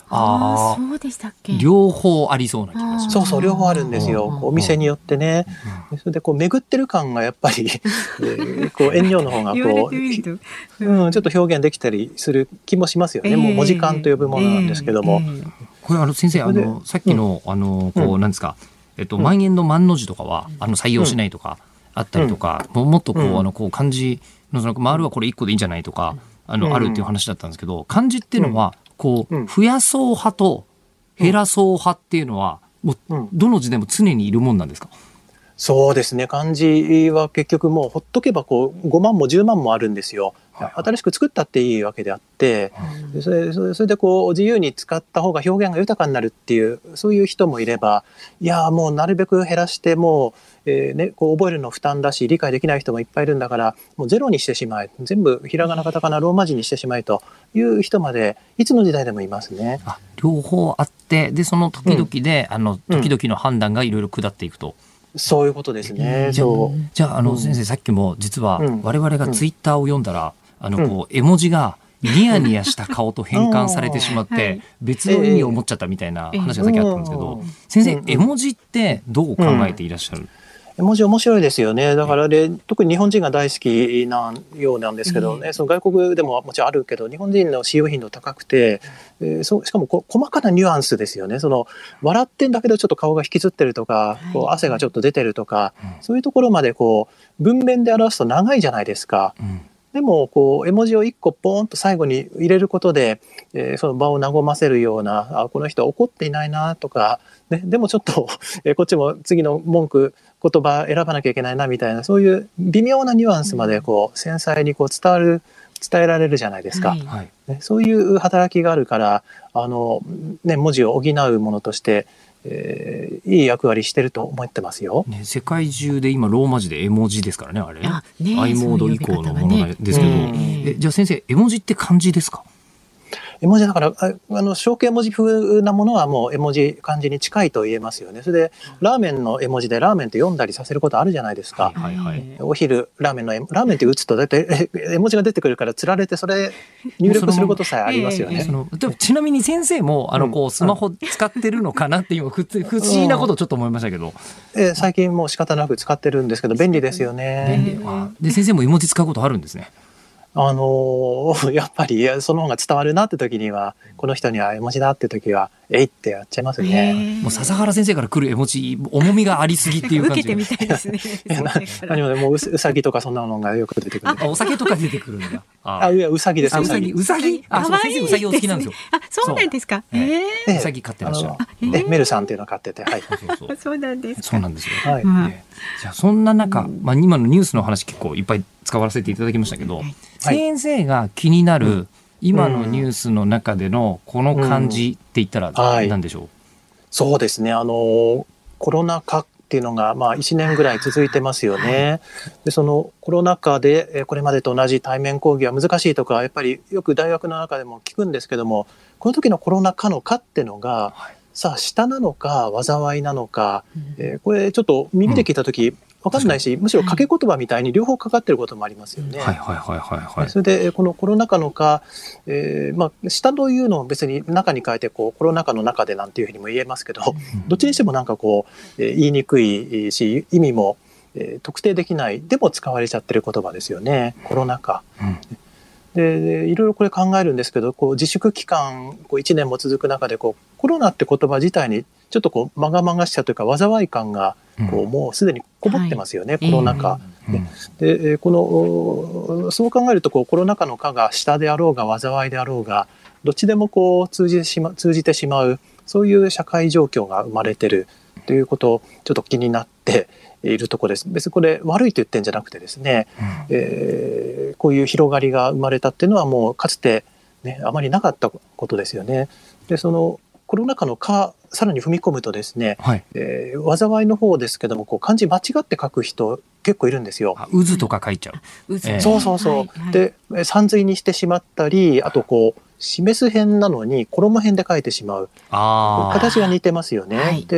そうでしたっけ。 両方ありそうな気がします。 そうそう、両方あるんですよ。お店によってね。それで巡ってる感がやっぱり遠慮の方がちょっと表現できたりする気もしますよね。もう文字間と呼ぶものなんですけども。 これ先生さっきの何ですか、万円の万の字とかは採用しないとかあったりとか、もっと漢字の丸はこれ1個でいいんじゃないとかあるっていう話だったんですけど、漢字っていうのは増やそう派と減らそう派っていうのはもうどの字でも常にいるもんなんですか。 そうですね、漢字は結局もうほっとけば5万も10万もあるんですよ。新しく作ったっていいわけであって、それで自由に使った方が表現が豊かになるっていう、そういう人もいれば、いやもうなるべく減らしても覚えるの負担だし理解できない人もいっぱいいるんだからもうゼロにしてしまえ、全部ひらがなカタカナローマ字にしてしまえという人までいつの時代でもいますね。 両方あって、でその時々で、時々の判断がいろいろ下っていくと。 そういうことですね。 じゃあ先生、さっきも実は我々がツイッターを読んだら絵文字がニヤニヤした顔と変換されてしまって別の意味を持っちゃったみたいな話がさっきあったんですけど、先生絵文字ってどう考えていらっしゃる？ 絵文字面白いですよね。だから特に日本人が大好きなようなんですけどね、その外国でももちろんあるけど日本人の使用頻度高くて、しかも細かなニュアンスですよね。笑ってんだけどちょっと顔が引きつってるとか、汗がちょっと出てるとか、そういうところまで文面で表すと長いじゃないですか。でも絵文字を1個ポーンと最後に入れることで、その場を和ませるような、この人は怒っていないなとか、ね、でもちょっと、こっちも次の言葉選ばなきゃいけないなみたいな、そういう微妙なニュアンスまで繊細に伝えられるじゃないですか。ね、そういう働きがあるから文字を補うものとしていい役割してると思ってますよ。 世界中で今ローマ字で絵文字ですからね、あれね。i モード以降のものですけど、じゃあ先生、絵文字って漢字ですか？ 絵文字だから象形文字風なものはもう絵文字漢字に近いと言えますよね。それでラーメンの絵文字でラーメンって読んだりさせることあるじゃないですか。お昼ラーメンって打つとだいたい絵文字が出てくるからつられてそれ入力することさえありますよね。 ちなみに先生もスマホ使ってるのかなって今不思議なことをちょっと思いましたけど、 最近もう仕方なく使ってるんですけど便利ですよね。 で先生も絵文字使うことあるんですね。 やっぱりその方が伝わるなって時には、この人には絵文字だって時はえいってやっちゃいますね。 もう笹原先生から来る絵文字重みがありすぎっていう感じ。 受けてみたいですね。 何ももううさぎとかそんなのがよく出てくる。 お酒とか出てくるんだ。 うさぎです。 うさぎ。先生うさぎお好きなんですよ。 そうなんですか。 うさぎ飼ってらっしゃる。 メルさんっていうのを飼ってて、 そうなんです。 そうなんですよ。じゃあそんな中、今のニュースの話結構いっぱい使わせていただきましたけど、先生が気になる今のニュースの中でのこの漢字って言ったら何でしょう？ そうですね、コロナ禍っていうのが1年ぐらい続いてますよね。でそのコロナ禍でこれまでと同じ対面講義は難しいとかやっぱりよく大学の中でも聞くんですけども、この時のコロナ禍の禍っていうのが、さあ下なのか災いなのか、これちょっと耳で聞いた時分かんないし、むしろ掛け言葉みたいに両方かかってることもありますよね。それでこのコロナ禍の禍、下というのを別に中に変えてコロナ禍の中でなんていうふうにも言えますけど、どっちにしてもなんか言いにくいし意味も特定できない、でも使われちゃってる言葉ですよね、コロナ禍。でいろいろこれ考えるんですけど、自粛期間1年も続く中でコロナって言葉自体にちょっとまがまがしさというか災い感がもうすでにこもってますよね、コロナ禍。でそう考えるとコロナ禍の禍が下であろうが災いであろうがどっちでも通じてしまう、そういう社会状況が生まれてるということをちょっと気になっているところです。別にこれ悪いと言ってんじゃなくてですね、こういう広がりが生まれたっていうのはもうかつて、あまりなかったことですよね。でそのコロナ禍の禍さらに踏み込むとですね、災いの方ですけども漢字間違って書く人結構いるんですよ。 渦とか書いちゃう。 そうでさんずいにしてしまったり、あと示す辺なのに衣辺で書いてしまう、形が似てますよね。で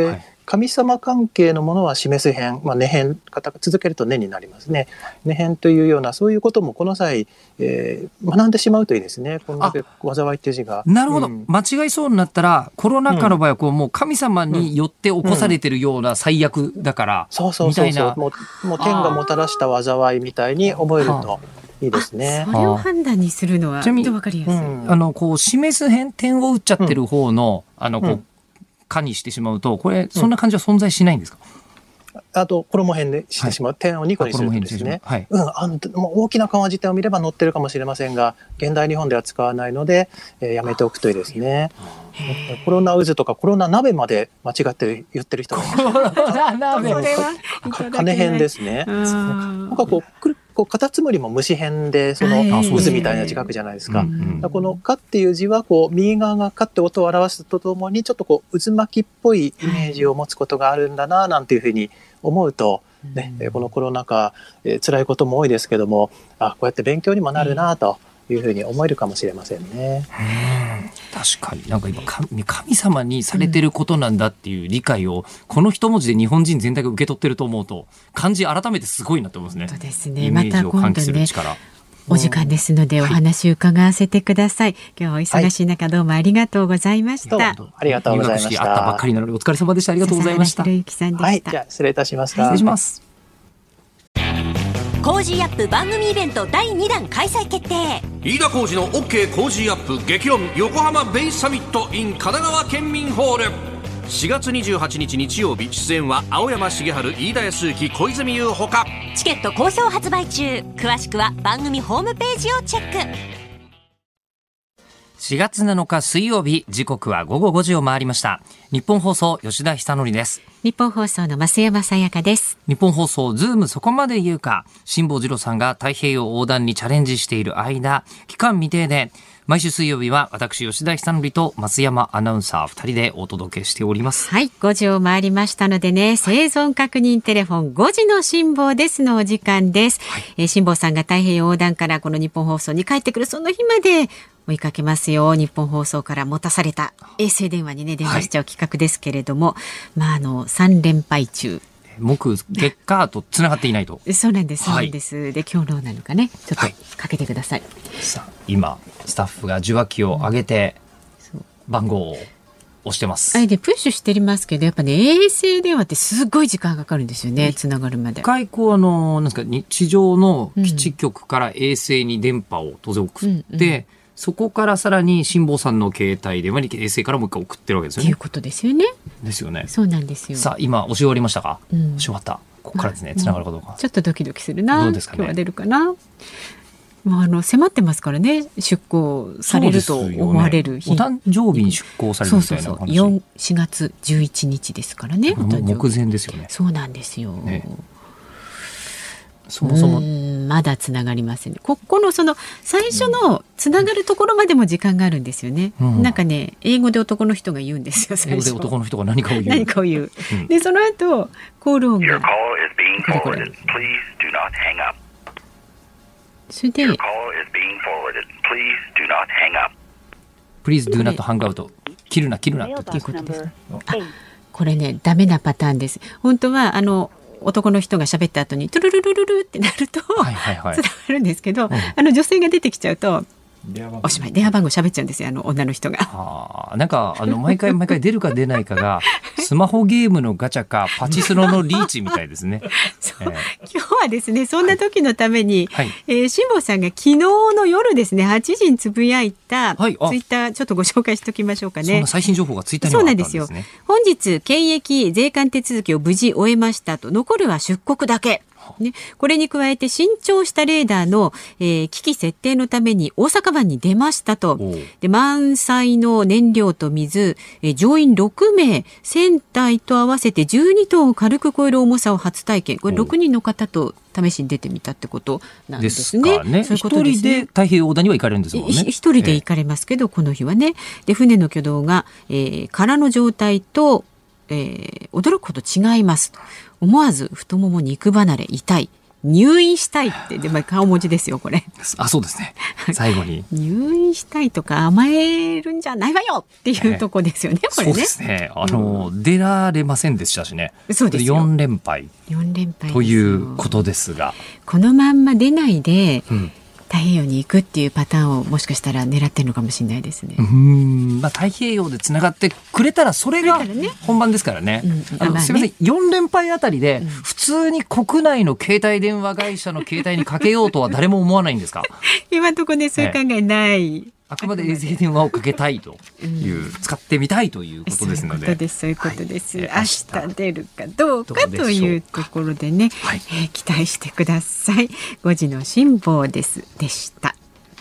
神様関係のものは示す辺、根辺、続けると根になりますね。根辺というようなそういうこともこの際、学んでしまうといいですね。こんだけ災いっていう字が。 なるほど、間違いそうになったらコロナ禍の場合はこう、もう神様によって起こされてるような最悪だから、 そうもう天がもたらした災いみたいに思えるといいですね。 それを判断にするのは分かりやすい。 こう示す辺、点を打っちゃってる方の、こう可にしてしまうと、これそんな感じは存在しないんですか？ あと衣辺でしてしまう、点を2個にするとですね、大きな漢字点を見れば載ってるかもしれませんが、現代日本では使わないので、やめておくといいですね。コロナ渦とかコロナ鍋まで間違って言ってる人がいます。コロナ鍋金辺ですね。こうカタツムリも虫辺でその渦みたいな字書くじゃないですか。この「か」っていう字はこう右側が「か」って音を表すとともにちょっとこう渦巻きっぽいイメージを持つことがあるんだななんていうふうに思うと、このコロナ禍、辛いことも多いですけども、こうやって勉強にもなるなというふうに思えるかもしれませんね。 確かになんか今神様にされてることなんだっていう理解をこの一文字で日本人全体が受け取ってると思うと、漢字改めてすごいなと思いますね。 本当ですね。イメージを喚起する力。お時間ですのでお話伺わせてください。今日はお忙しい中どうもありがとうございました。 ありがとうございました。 入学式あったばっかりなのでお疲れ様でした。ありがとうございました。 笹原宏之さんでした。 じゃあ失礼いたしました。 失礼します。 コージーアップ番組イベント第2弾開催決定。 飯田浩司の OK コージーアップ激論横浜ベイサミット in 神奈川県民ホール。4月28日日曜日、出演は青山茂春、飯田康之、小泉優ほか。 チケット好評発売中。詳しくは番組ホームページをチェック。 4月7日水曜日、時刻は午後5時を回りました。日本放送吉田久典です。 日本放送の増山さやかです。 日本放送ズームそこまで言うか、辛坊治郎さんが太平洋横断にチャレンジしている間、期間未定で毎週水曜日は私吉田久典と増山アナウンサー2人でお届けしております。 はい、5時を回りましたのでね、生存確認テレフォン5時の辛坊ですのお時間です。辛坊さんが太平洋横断からこの日本放送に帰ってくるその日まで追いかけますよ。日本放送から持たされた衛星電話にね電話しちゃう企画ですけれども、3連敗中。 木月火とつながっていないと。 そうなんです、そうなんです。で今日どうなのかね、ちょっとかけてください。 さあ今スタッフが受話器を上げて番号を押してます。 でプッシュしてますけど、やっぱね衛星電話ってすごい時間かかるんですよね、つながるまで。 一回こうなんですか、地上の基地局から衛星に電波を当然送って、そこからさらに辛坊さんの携帯電話に衛星からもう一回送ってるわけですよね。 っていうことですよね。 ですよね。 そうなんですよ。 さあ今押し終わりましたか？押し終わった。ここからですね、つながるかどうか。 ちょっとドキドキするな。 どうですかね。 今日は出るかな。迫ってますからね、出航されると思われる日、 お誕生日に出航されるみたいな話。 4月11日ですからね。 目前ですよね。 そうなんですよ。 そもそもまだつながりませんね。このその最初のつながるところまでも時間があるんですよね。なんかね英語で男の人が言うんですよ。最初英語で男の人が何かを言う。 でその後コール音がそれで Please do not hang out 切るなっていうことです。これねダメなパターンです。本当は男の人が喋った後にトゥルルルルルってなるとつながるんですけど、女性が出てきちゃうとおしまい。電話番号喋っちゃうんですよ、女の人が。 なんか毎回出るか出ないかがスマホゲームのガチャかパチスロのリーチみたいですね。 今日はですねそんな時のために、辛坊さんが昨日の夜ですね8時につぶやいたツイッターちょっとご紹介しておきましょうかね。 そんな最新情報がツイッターにはあったんですね。 そうなんですよ。本日検疫税関手続きを無事終えましたと、残るは出国だけ。これに加えて新調したレーダーの、機器設定のために大阪湾に出ましたと。で満載の燃料と水、乗員6名船体と合わせて12トンを軽く超える重さを初体験。これ6人の方と試しに出てみたってことなんですね。 一人で太平洋横断には行かれるんですもんね。 一人で行かれますけど、この日はね。で船の挙動が、空の状態と、驚くほど違います。思わず太もも肉離れ痛い入院したいって、でも顔文字ですよこれ。 あ、そうですね。最後に入院したいとか甘えるんじゃないわよっていうとこですよね、これね。 そうですね。出られませんでしたしね。 そうですよ。 4連敗ということですが、 このまんま出ないで、太平洋に行くっていうパターンをもしかしたら狙ってるのかもしれないですね。 太平洋でつながってくれたらそれが本番ですからね。すみません、4連敗あたりで普通に国内の携帯電話会社の携帯にかけようとは誰も思わないんですか？ 今のところね、そういう考えない。 あくまで衛星電話をかけたいという、使ってみたいということですので。 そういうことです。明日出るかどうかというところでね、期待してください。5時の辛抱でした。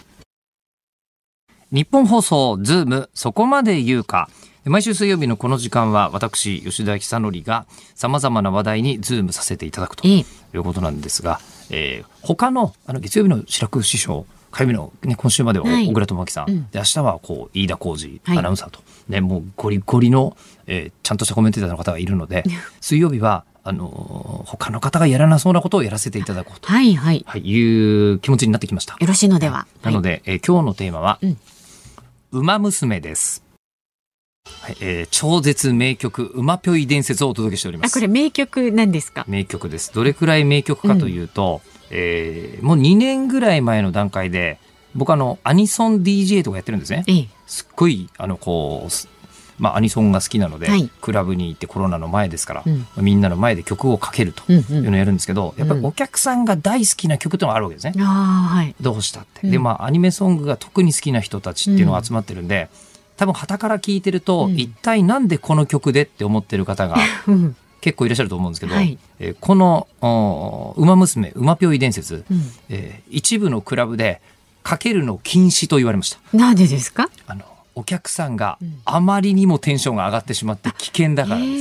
日本放送ズームそこまで言うか。毎週水曜日のこの時間は私吉田久典がさまざまな話題にズームさせていただくということなんですが、他の月曜日の志らく師匠、火曜日の、ね、今週までは小倉智昭さん、で明日は飯田浩司アナウンサーと、もうゴリゴリの、ちゃんとしたコメンテーターの方がいるので、水曜日は他の方がやらなそうなことをやらせていただこうと、いう気持ちになってきました。 よろしいのでは。 なので、今日のテーマは、ウマ娘です。超絶名曲ウマぴょい伝説をお届けしております。 これ名曲なんですか？名曲です。どれくらい名曲かというと、もう2年ぐらい前の段階で僕アニソン DJ とかやってるんですね。すっごいアニソンが好きなので、クラブに行ってコロナの前ですから、みんなの前で曲をかけるというのをやるんですけど、やっぱりお客さんが大好きな曲というのがあるわけですね。どうしたって。でアニメソングが特に好きな人たちっていうのが集まってるんで、多分傍から聞いてると、一体なんでこの曲でって思ってる方が結構いらっしゃると思うんですけど、このウマ娘ウマぴょい伝説、一部のクラブでかけるの禁止と言われました。 なんでですか？ お客さんがあまりにもテンションが上がってしまって危険だからです。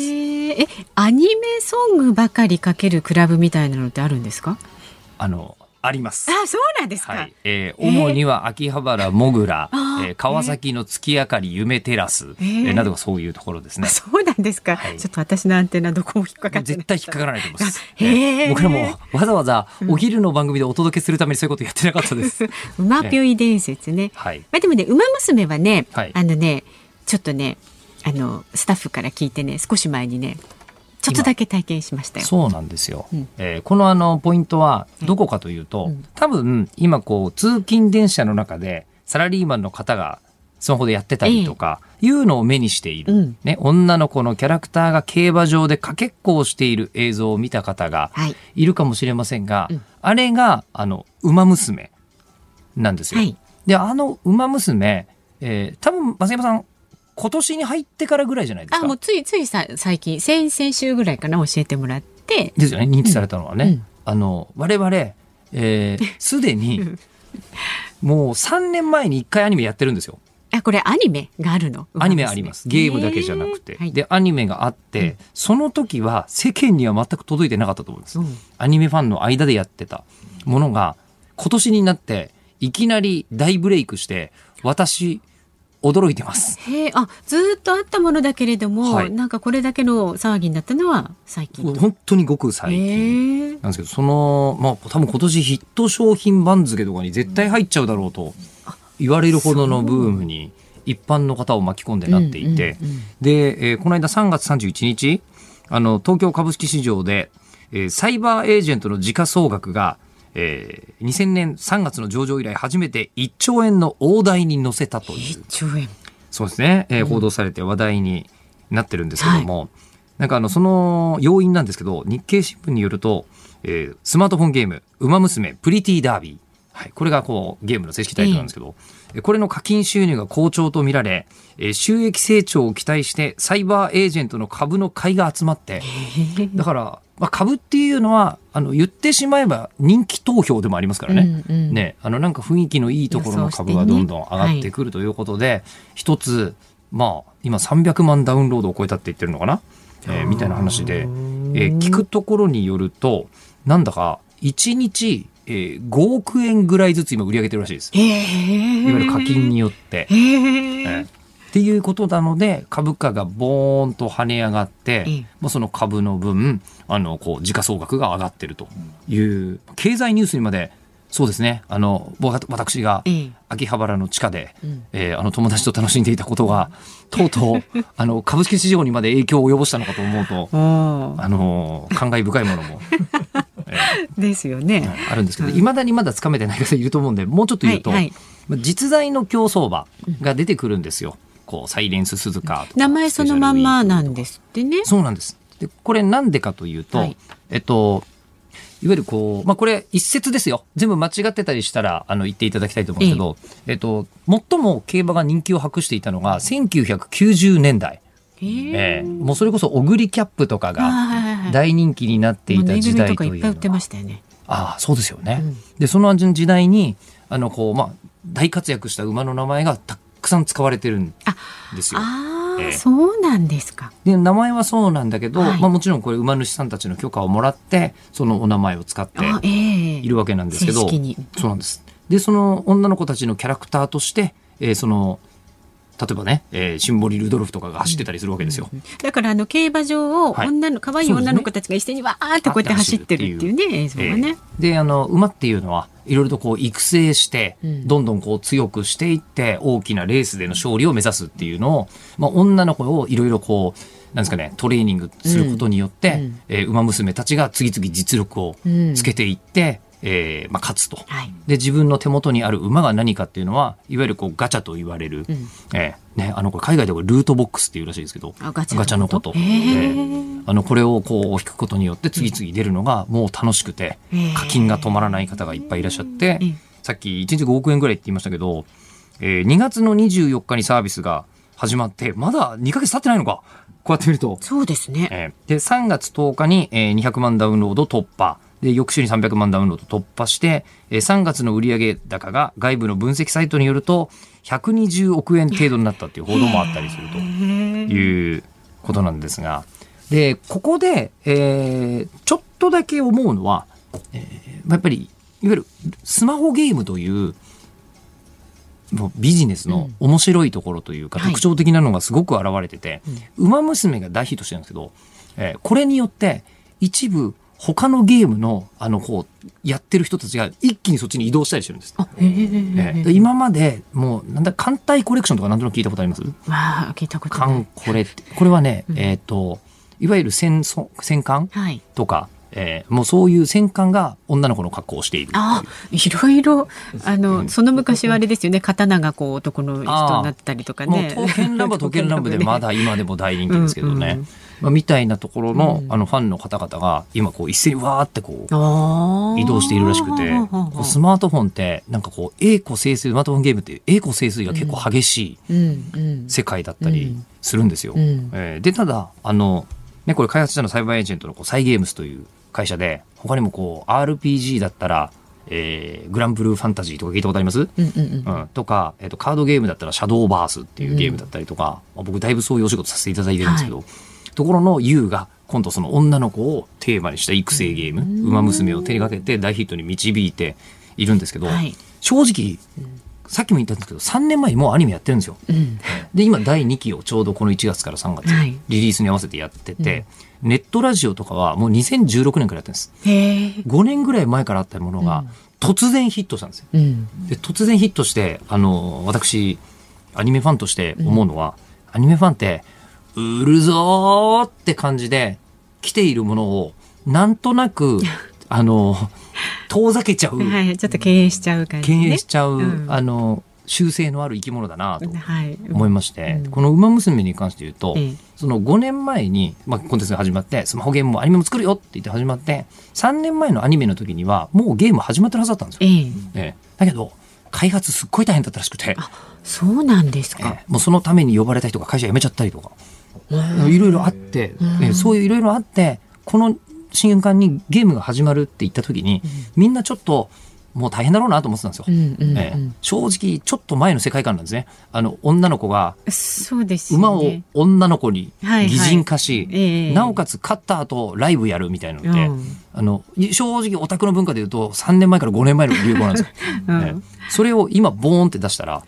アニメソングばかりかけるクラブみたいなのってあるんですか？ あります。 そうなんですか。 主には秋葉原もぐら、川崎の月明かり夢テラス、などがそういうところですね。 そうなんですか。ちょっと私のアンテナどこも引っかかってない。 絶対引っかからないと思います。僕らもわざわざお昼の番組でお届けするためにそういうことやってなかったです。 ウマぴょい伝説ね。でもね、ウマ娘はね、ちょっとね、スタッフから聞いてね、少し前にね、ちょっとだけ体験しましたよ。 そうなんですよ。このポイントはどこかというと、多分今通勤電車の中でサラリーマンの方がスマホでやってたりとかいうのを目にしている、女の子のキャラクターが競馬場でかけっこをしている映像を見た方がいるかもしれませんが、あれがウマ娘なんですよ。でウマ娘、多分増山さん今年に入ってからぐらいじゃないですか。 もうつい最近先週ぐらいかな、教えてもらってですよね。認知されたのはね、我々すでにもう3年前に1回アニメやってるんですよ。 これアニメがあるの？ アニメあります。ゲームだけじゃなくて、でアニメがあって、その時は世間には全く届いてなかったと思うんです。アニメファンの間でやってたものが今年になっていきなり大ブレイクして、私驚いてます。 ずっとあったものだけれども、なんかこれだけの騒ぎになったのは最近。 本当にごく最近なんですけど、多分今年ヒット商品番付とかに絶対入っちゃうだろうと言われるほどのブームに一般の方を巻き込んでなっていて、で、この間3月31日東京株式市場で、サイバーエージェントの時価総額が2000年3月の上場以来初めて1兆円の大台に乗せたという。 1兆円。 そうですね、報道されて話題になってるんですけども、なんかその要因なんですけど、日経新聞によると、スマートフォンゲームウマ娘プリティダービー、これがゲームの正式タイトルなんですけど、これの課金収入が好調と見られ、収益成長を期待してサイバーエージェントの株の買いが集まって、だから株っていうのは言ってしまえば人気投票でもありますからね。なんか雰囲気のいいところの株がどんどん上がってくるということで、一つ今300万ダウンロードを超えたって言ってるのかな、みたいな話で、聞くところによるとなんだか1日5億円ぐらいずつ今売り上げてるらしいです。いわゆる課金によって。 っていうことなので株価がボーンと跳ね上がって、もうその株の分こう時価総額が上がってるという経済ニュースにまで。そうですね。私が秋葉原の地下で、友達と楽しんでいたことがとうとう株式市場にまで影響を及ぼしたのかと思うと感慨深いものも、 ですよね。 あるんですけど、いまだにまだつかめてない方いると思うんで、もうちょっと言うと、実在の競走馬が出てくるんですよ。こうサイレンス鈴鹿とか、 名前そのまんまなんですってね。 そうなんです。でこれなんでかというと、いわゆるこう、これ一説ですよ。全部間違ってたりしたら言っていただきたいと思うんですけど、最も競馬が人気を博していたのが1990年代。もうそれこそオグリキャップとかが大人気になっていた時代というのは、いっぱい売ってましたよね。そうですよね。でその時代に大活躍した馬の名前がたくさん使われてるんですよ。 そうなんですか。 で名前はそうなんだけど、もちろんこれ馬主さんたちの許可をもらってそのお名前を使っているわけなんですけど、そうなんです。でその女の子たちのキャラクターとして、例えばね、シンボリルドルフとかが走ってたりするわけですよ。 だから競馬場を可愛い女の子たちが一斉にわーってこうやって走ってるっていうね、映像がね。 で馬っていうのはいろいろとこう育成して、どんどんこう強くしていって大きなレースでの勝利を目指すっていうのを、女の子をいろいろこうなんですかね、トレーニングすることによって、馬娘たちが次々実力をつけていって、勝つと、で自分の手元にある馬が何かっていうのはいわゆるこうガチャと言われる、これ海外ではルートボックスっていうらしいですけど、ガチャのこと、これをこう引くことによって次々出るのがもう楽しくて、課金が止まらない方がいっぱいいらっしゃって、さっき1日5億円ぐらいって言いましたけど、2月の24日にサービスが始まってまだ2ヶ月経ってないのか、こうやって見ると。 そうですね。 で3月10日に200万ダウンロード突破で、翌週に300万ダウンロード突破して、3月の売上高が外部の分析サイトによると120億円程度になったっていう報道もあったりするということなんですが、でここで、ちょっとだけ思うのは、やっぱりいわゆるスマホゲームというもうビジネスの面白いところというか、特徴的なのがすごく現れてて、馬娘が大ヒットしてるんですけど、これによって一部他のゲームのこうやってる人たちが一気にそっちに移動したりしてるんです。で今までもう艦隊コレクションとか何となく聞いたことあります？ 聞いたことない。 これはね、いわゆる戦艦とか、もうそういう戦艦が女の子の格好をしている。 いろいろその昔はあれですよね、刀がこう男の人になったりとかね。 もう刀剣乱舞でまだ今でも大人気ですけどね。みたいなところの、ファンの方々が今こう一斉にわーってこう移動しているらしくて、スマートフォンってなんかこう栄枯盛衰、スマートフォンゲームって栄枯盛衰が結構激しい世界だったりするんですよ。でただこれ開発者のサイバーエージェントのサイゲームスという会社で、他にもこう RPG だったら、グランブルーファンタジーとか聞いたことあります？とか、カードゲームだったらシャドーバースっていうゲームだったりとか、僕だいぶそういうお仕事させていただいてるんですけど、ところの U が今度その女の子をテーマにした育成ゲーム、馬娘を手にかけて大ヒットに導いているんですけど、正直、さっきも言ったんですけど3年前にもうアニメやってるんですよ。で今第2期をちょうどこの1月から3月リリースに合わせてやってて、ネットラジオとかはもう2016年からやってるんです。5年ぐらい前からあったものが突然ヒットしたんですよ。で突然ヒットして私アニメファンとして思うのは、アニメファンって売るぞーって感じで来ているものをなんとなく遠ざけちゃう、 ちょっと敬遠しちゃう感じ、ね、 敬遠しちゃう、習性のある生き物だなと思いまして、この馬娘に関して言うと、その5年前に、コンテンツが始まってスマホゲームもアニメも作るよって言って始まって3年前のアニメの時にはもうゲーム始まってるはずだったんですよ。だけど開発すっごい大変だったらしくて。 そうなんですか。 もうそのために呼ばれた人が会社辞めちゃったりとかいろいろあって、そういういろいろあってこの瞬間にゲームが始まるって言った時に、みんなちょっともう大変だろうなと思ってたんですよ。正直ちょっと前の世界観なんですね。女の子が馬を女の子に擬人化し、なおかつ勝った後ライブやるみたいなのって、正直オタクの文化でいうと3年前から5年前の流行なんですよ。それを今ボーンって出したら、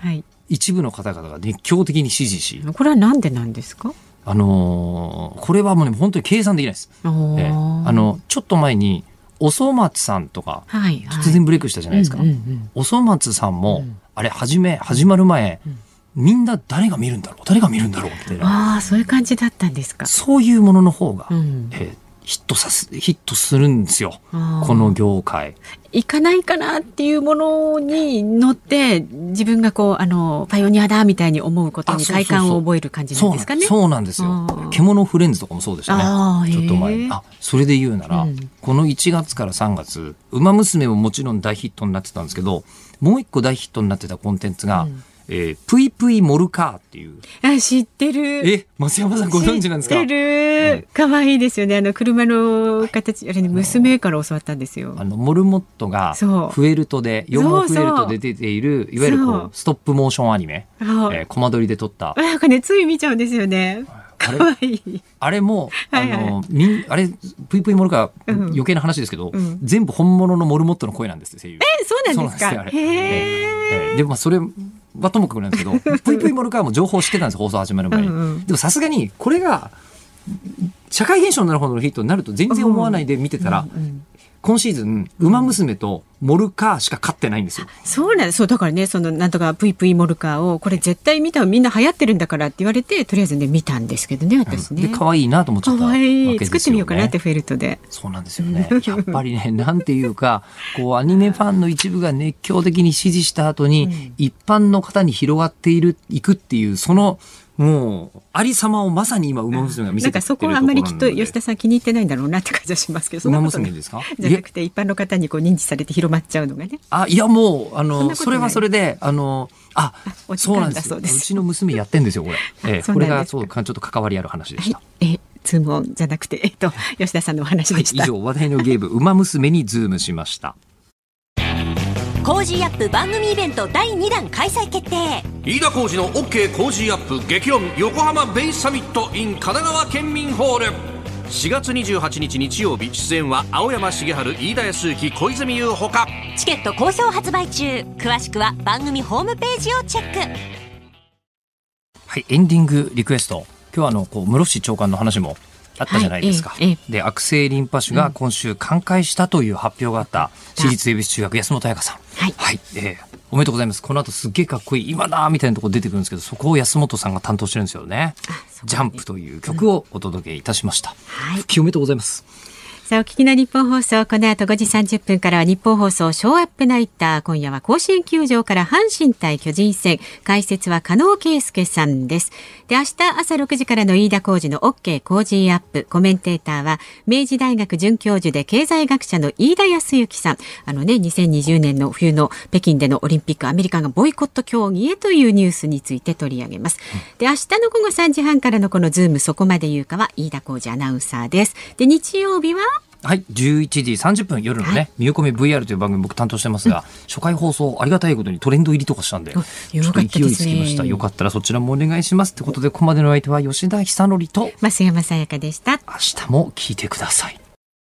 一部の方々が熱狂的に支持し、 これはなんでなんですか？ これはもうね、本当に計算できないです。ちょっと前におそ松さんとか突然ブレイクしたじゃないですか。おそ松さんも、あれ始まる前、みんな誰が見るんだろうみたいな。 そういう感じだったんですか。 そういうものの方が、ヒットするんですよ、この業界。 行かないかなっていうものに乗って自分がこうパイオニアだみたいに思うことに快感を覚える感じなんですかね。 そうなんですよ。獣フレンズとかもそうでしたね、ちょっと前に。それで言うなら、この1月から3月ウマ娘ももちろん大ヒットになってたんですけど、もう一個大ヒットになってたコンテンツが、ぷいぷいモルカーっていう。 知ってる。 増山さんご存知なんですか？ 知ってる。可愛いですよね。車の形、あれね、娘から教わったんですよ。 モルモットがフェルトで、羊毛フェルトで出ている、いわゆるこうストップモーションアニメ、コマ撮りで撮った。 なんかね、つい見ちゃうんですよね。可愛い。 あれも、あれ、ぷいぷいモルカー、余計な話ですけど、全部本物のモルモットの声なんですよ、声優。 そうなんですか？ でもそれはともかくなんですけど、ぷいぷいモルカーも情報知ってたんです、放送始まる前に。でもさすがにこれが社会現象になるほどのヒットになると全然思わないで見てたら、今シーズンウマ娘とモルカーしか勝ってないんですよ。 そうなんです。そうだからね、そのなんとかぷいぷいモルカーをこれ絶対見たらみんな流行ってるんだからって言われて、とりあえずね見たんですけどね、私ね。 で可愛いなと思っちゃったわけですよね。 作ってみようかなってフェルトで。 そうなんですよね。やっぱりね、なんていうか、こうアニメファンの一部が熱狂的に支持した後に、一般の方に広がっていくっていうそのもうありさまをまさに今ウマ娘が見せてくれてるところなので、 なんかそこはあんまりきっと吉田さん気に入ってないんだろうなって感じはしますけど、 ウマ娘ですか？ じゃなくて一般の方にこう認知されて広まっちゃうのがね。 いやもうそれはそれでそうなんですよ。うちの娘やってんですよこれ。これがちょっと関わりある話でした。 ズームオンじゃなくて吉田さんのお話でした。 以上話題のゲームウマ娘にズームしました。 コージーアップ番組イベント第2弾開催決定。 飯田浩司の OK コージーアップ激論横浜ベイサミット in 神奈川県民ホール。4月28日日曜日、出演は青山茂春、飯田康之、小泉優ほか。 チケット好評発売中。詳しくは番組ホームページをチェック。 はい、エンディングリクエスト。今日は室伏長官の話もあったじゃないですか。で、悪性リンパ腫が今週寛解したという発表があった私立恵比寿中学安本彩香さん。はい、おめでとうございます。この後すっげえかっこいい今だみたいなところ出てくるんですけど、そこを安本さんが担当してるんですよね。ジャンプという曲をお届けいたしました。復帰おめでとうございます。 さあ、お聞きの日本放送、この後5時30分からは日本放送ショーアップナイター。今夜は甲子園球場から阪神対巨人戦。解説は加納圭介さんです。で、明日朝6時からの飯田浩司の OK 工事アップ。コメンテーターは明治大学准教授で経済学者の飯田康之さん。2020年の冬の北京でのオリンピック、アメリカがボイコット競技へというニュースについて取り上げます。で、明日の午後3時半からのこのズームそこまで言うかは飯田浩司アナウンサーです。で、日曜日ははい、11時30分夜のね、見よこみ VR という番組僕担当してますが、初回放送ありがたいことにトレンド入りとかしたんで、ちょっと勢いつきました。よかったらそちらもお願いしますってことで、ここまでの相手は吉田久典と増山さやかでした。 明日も聞いてください。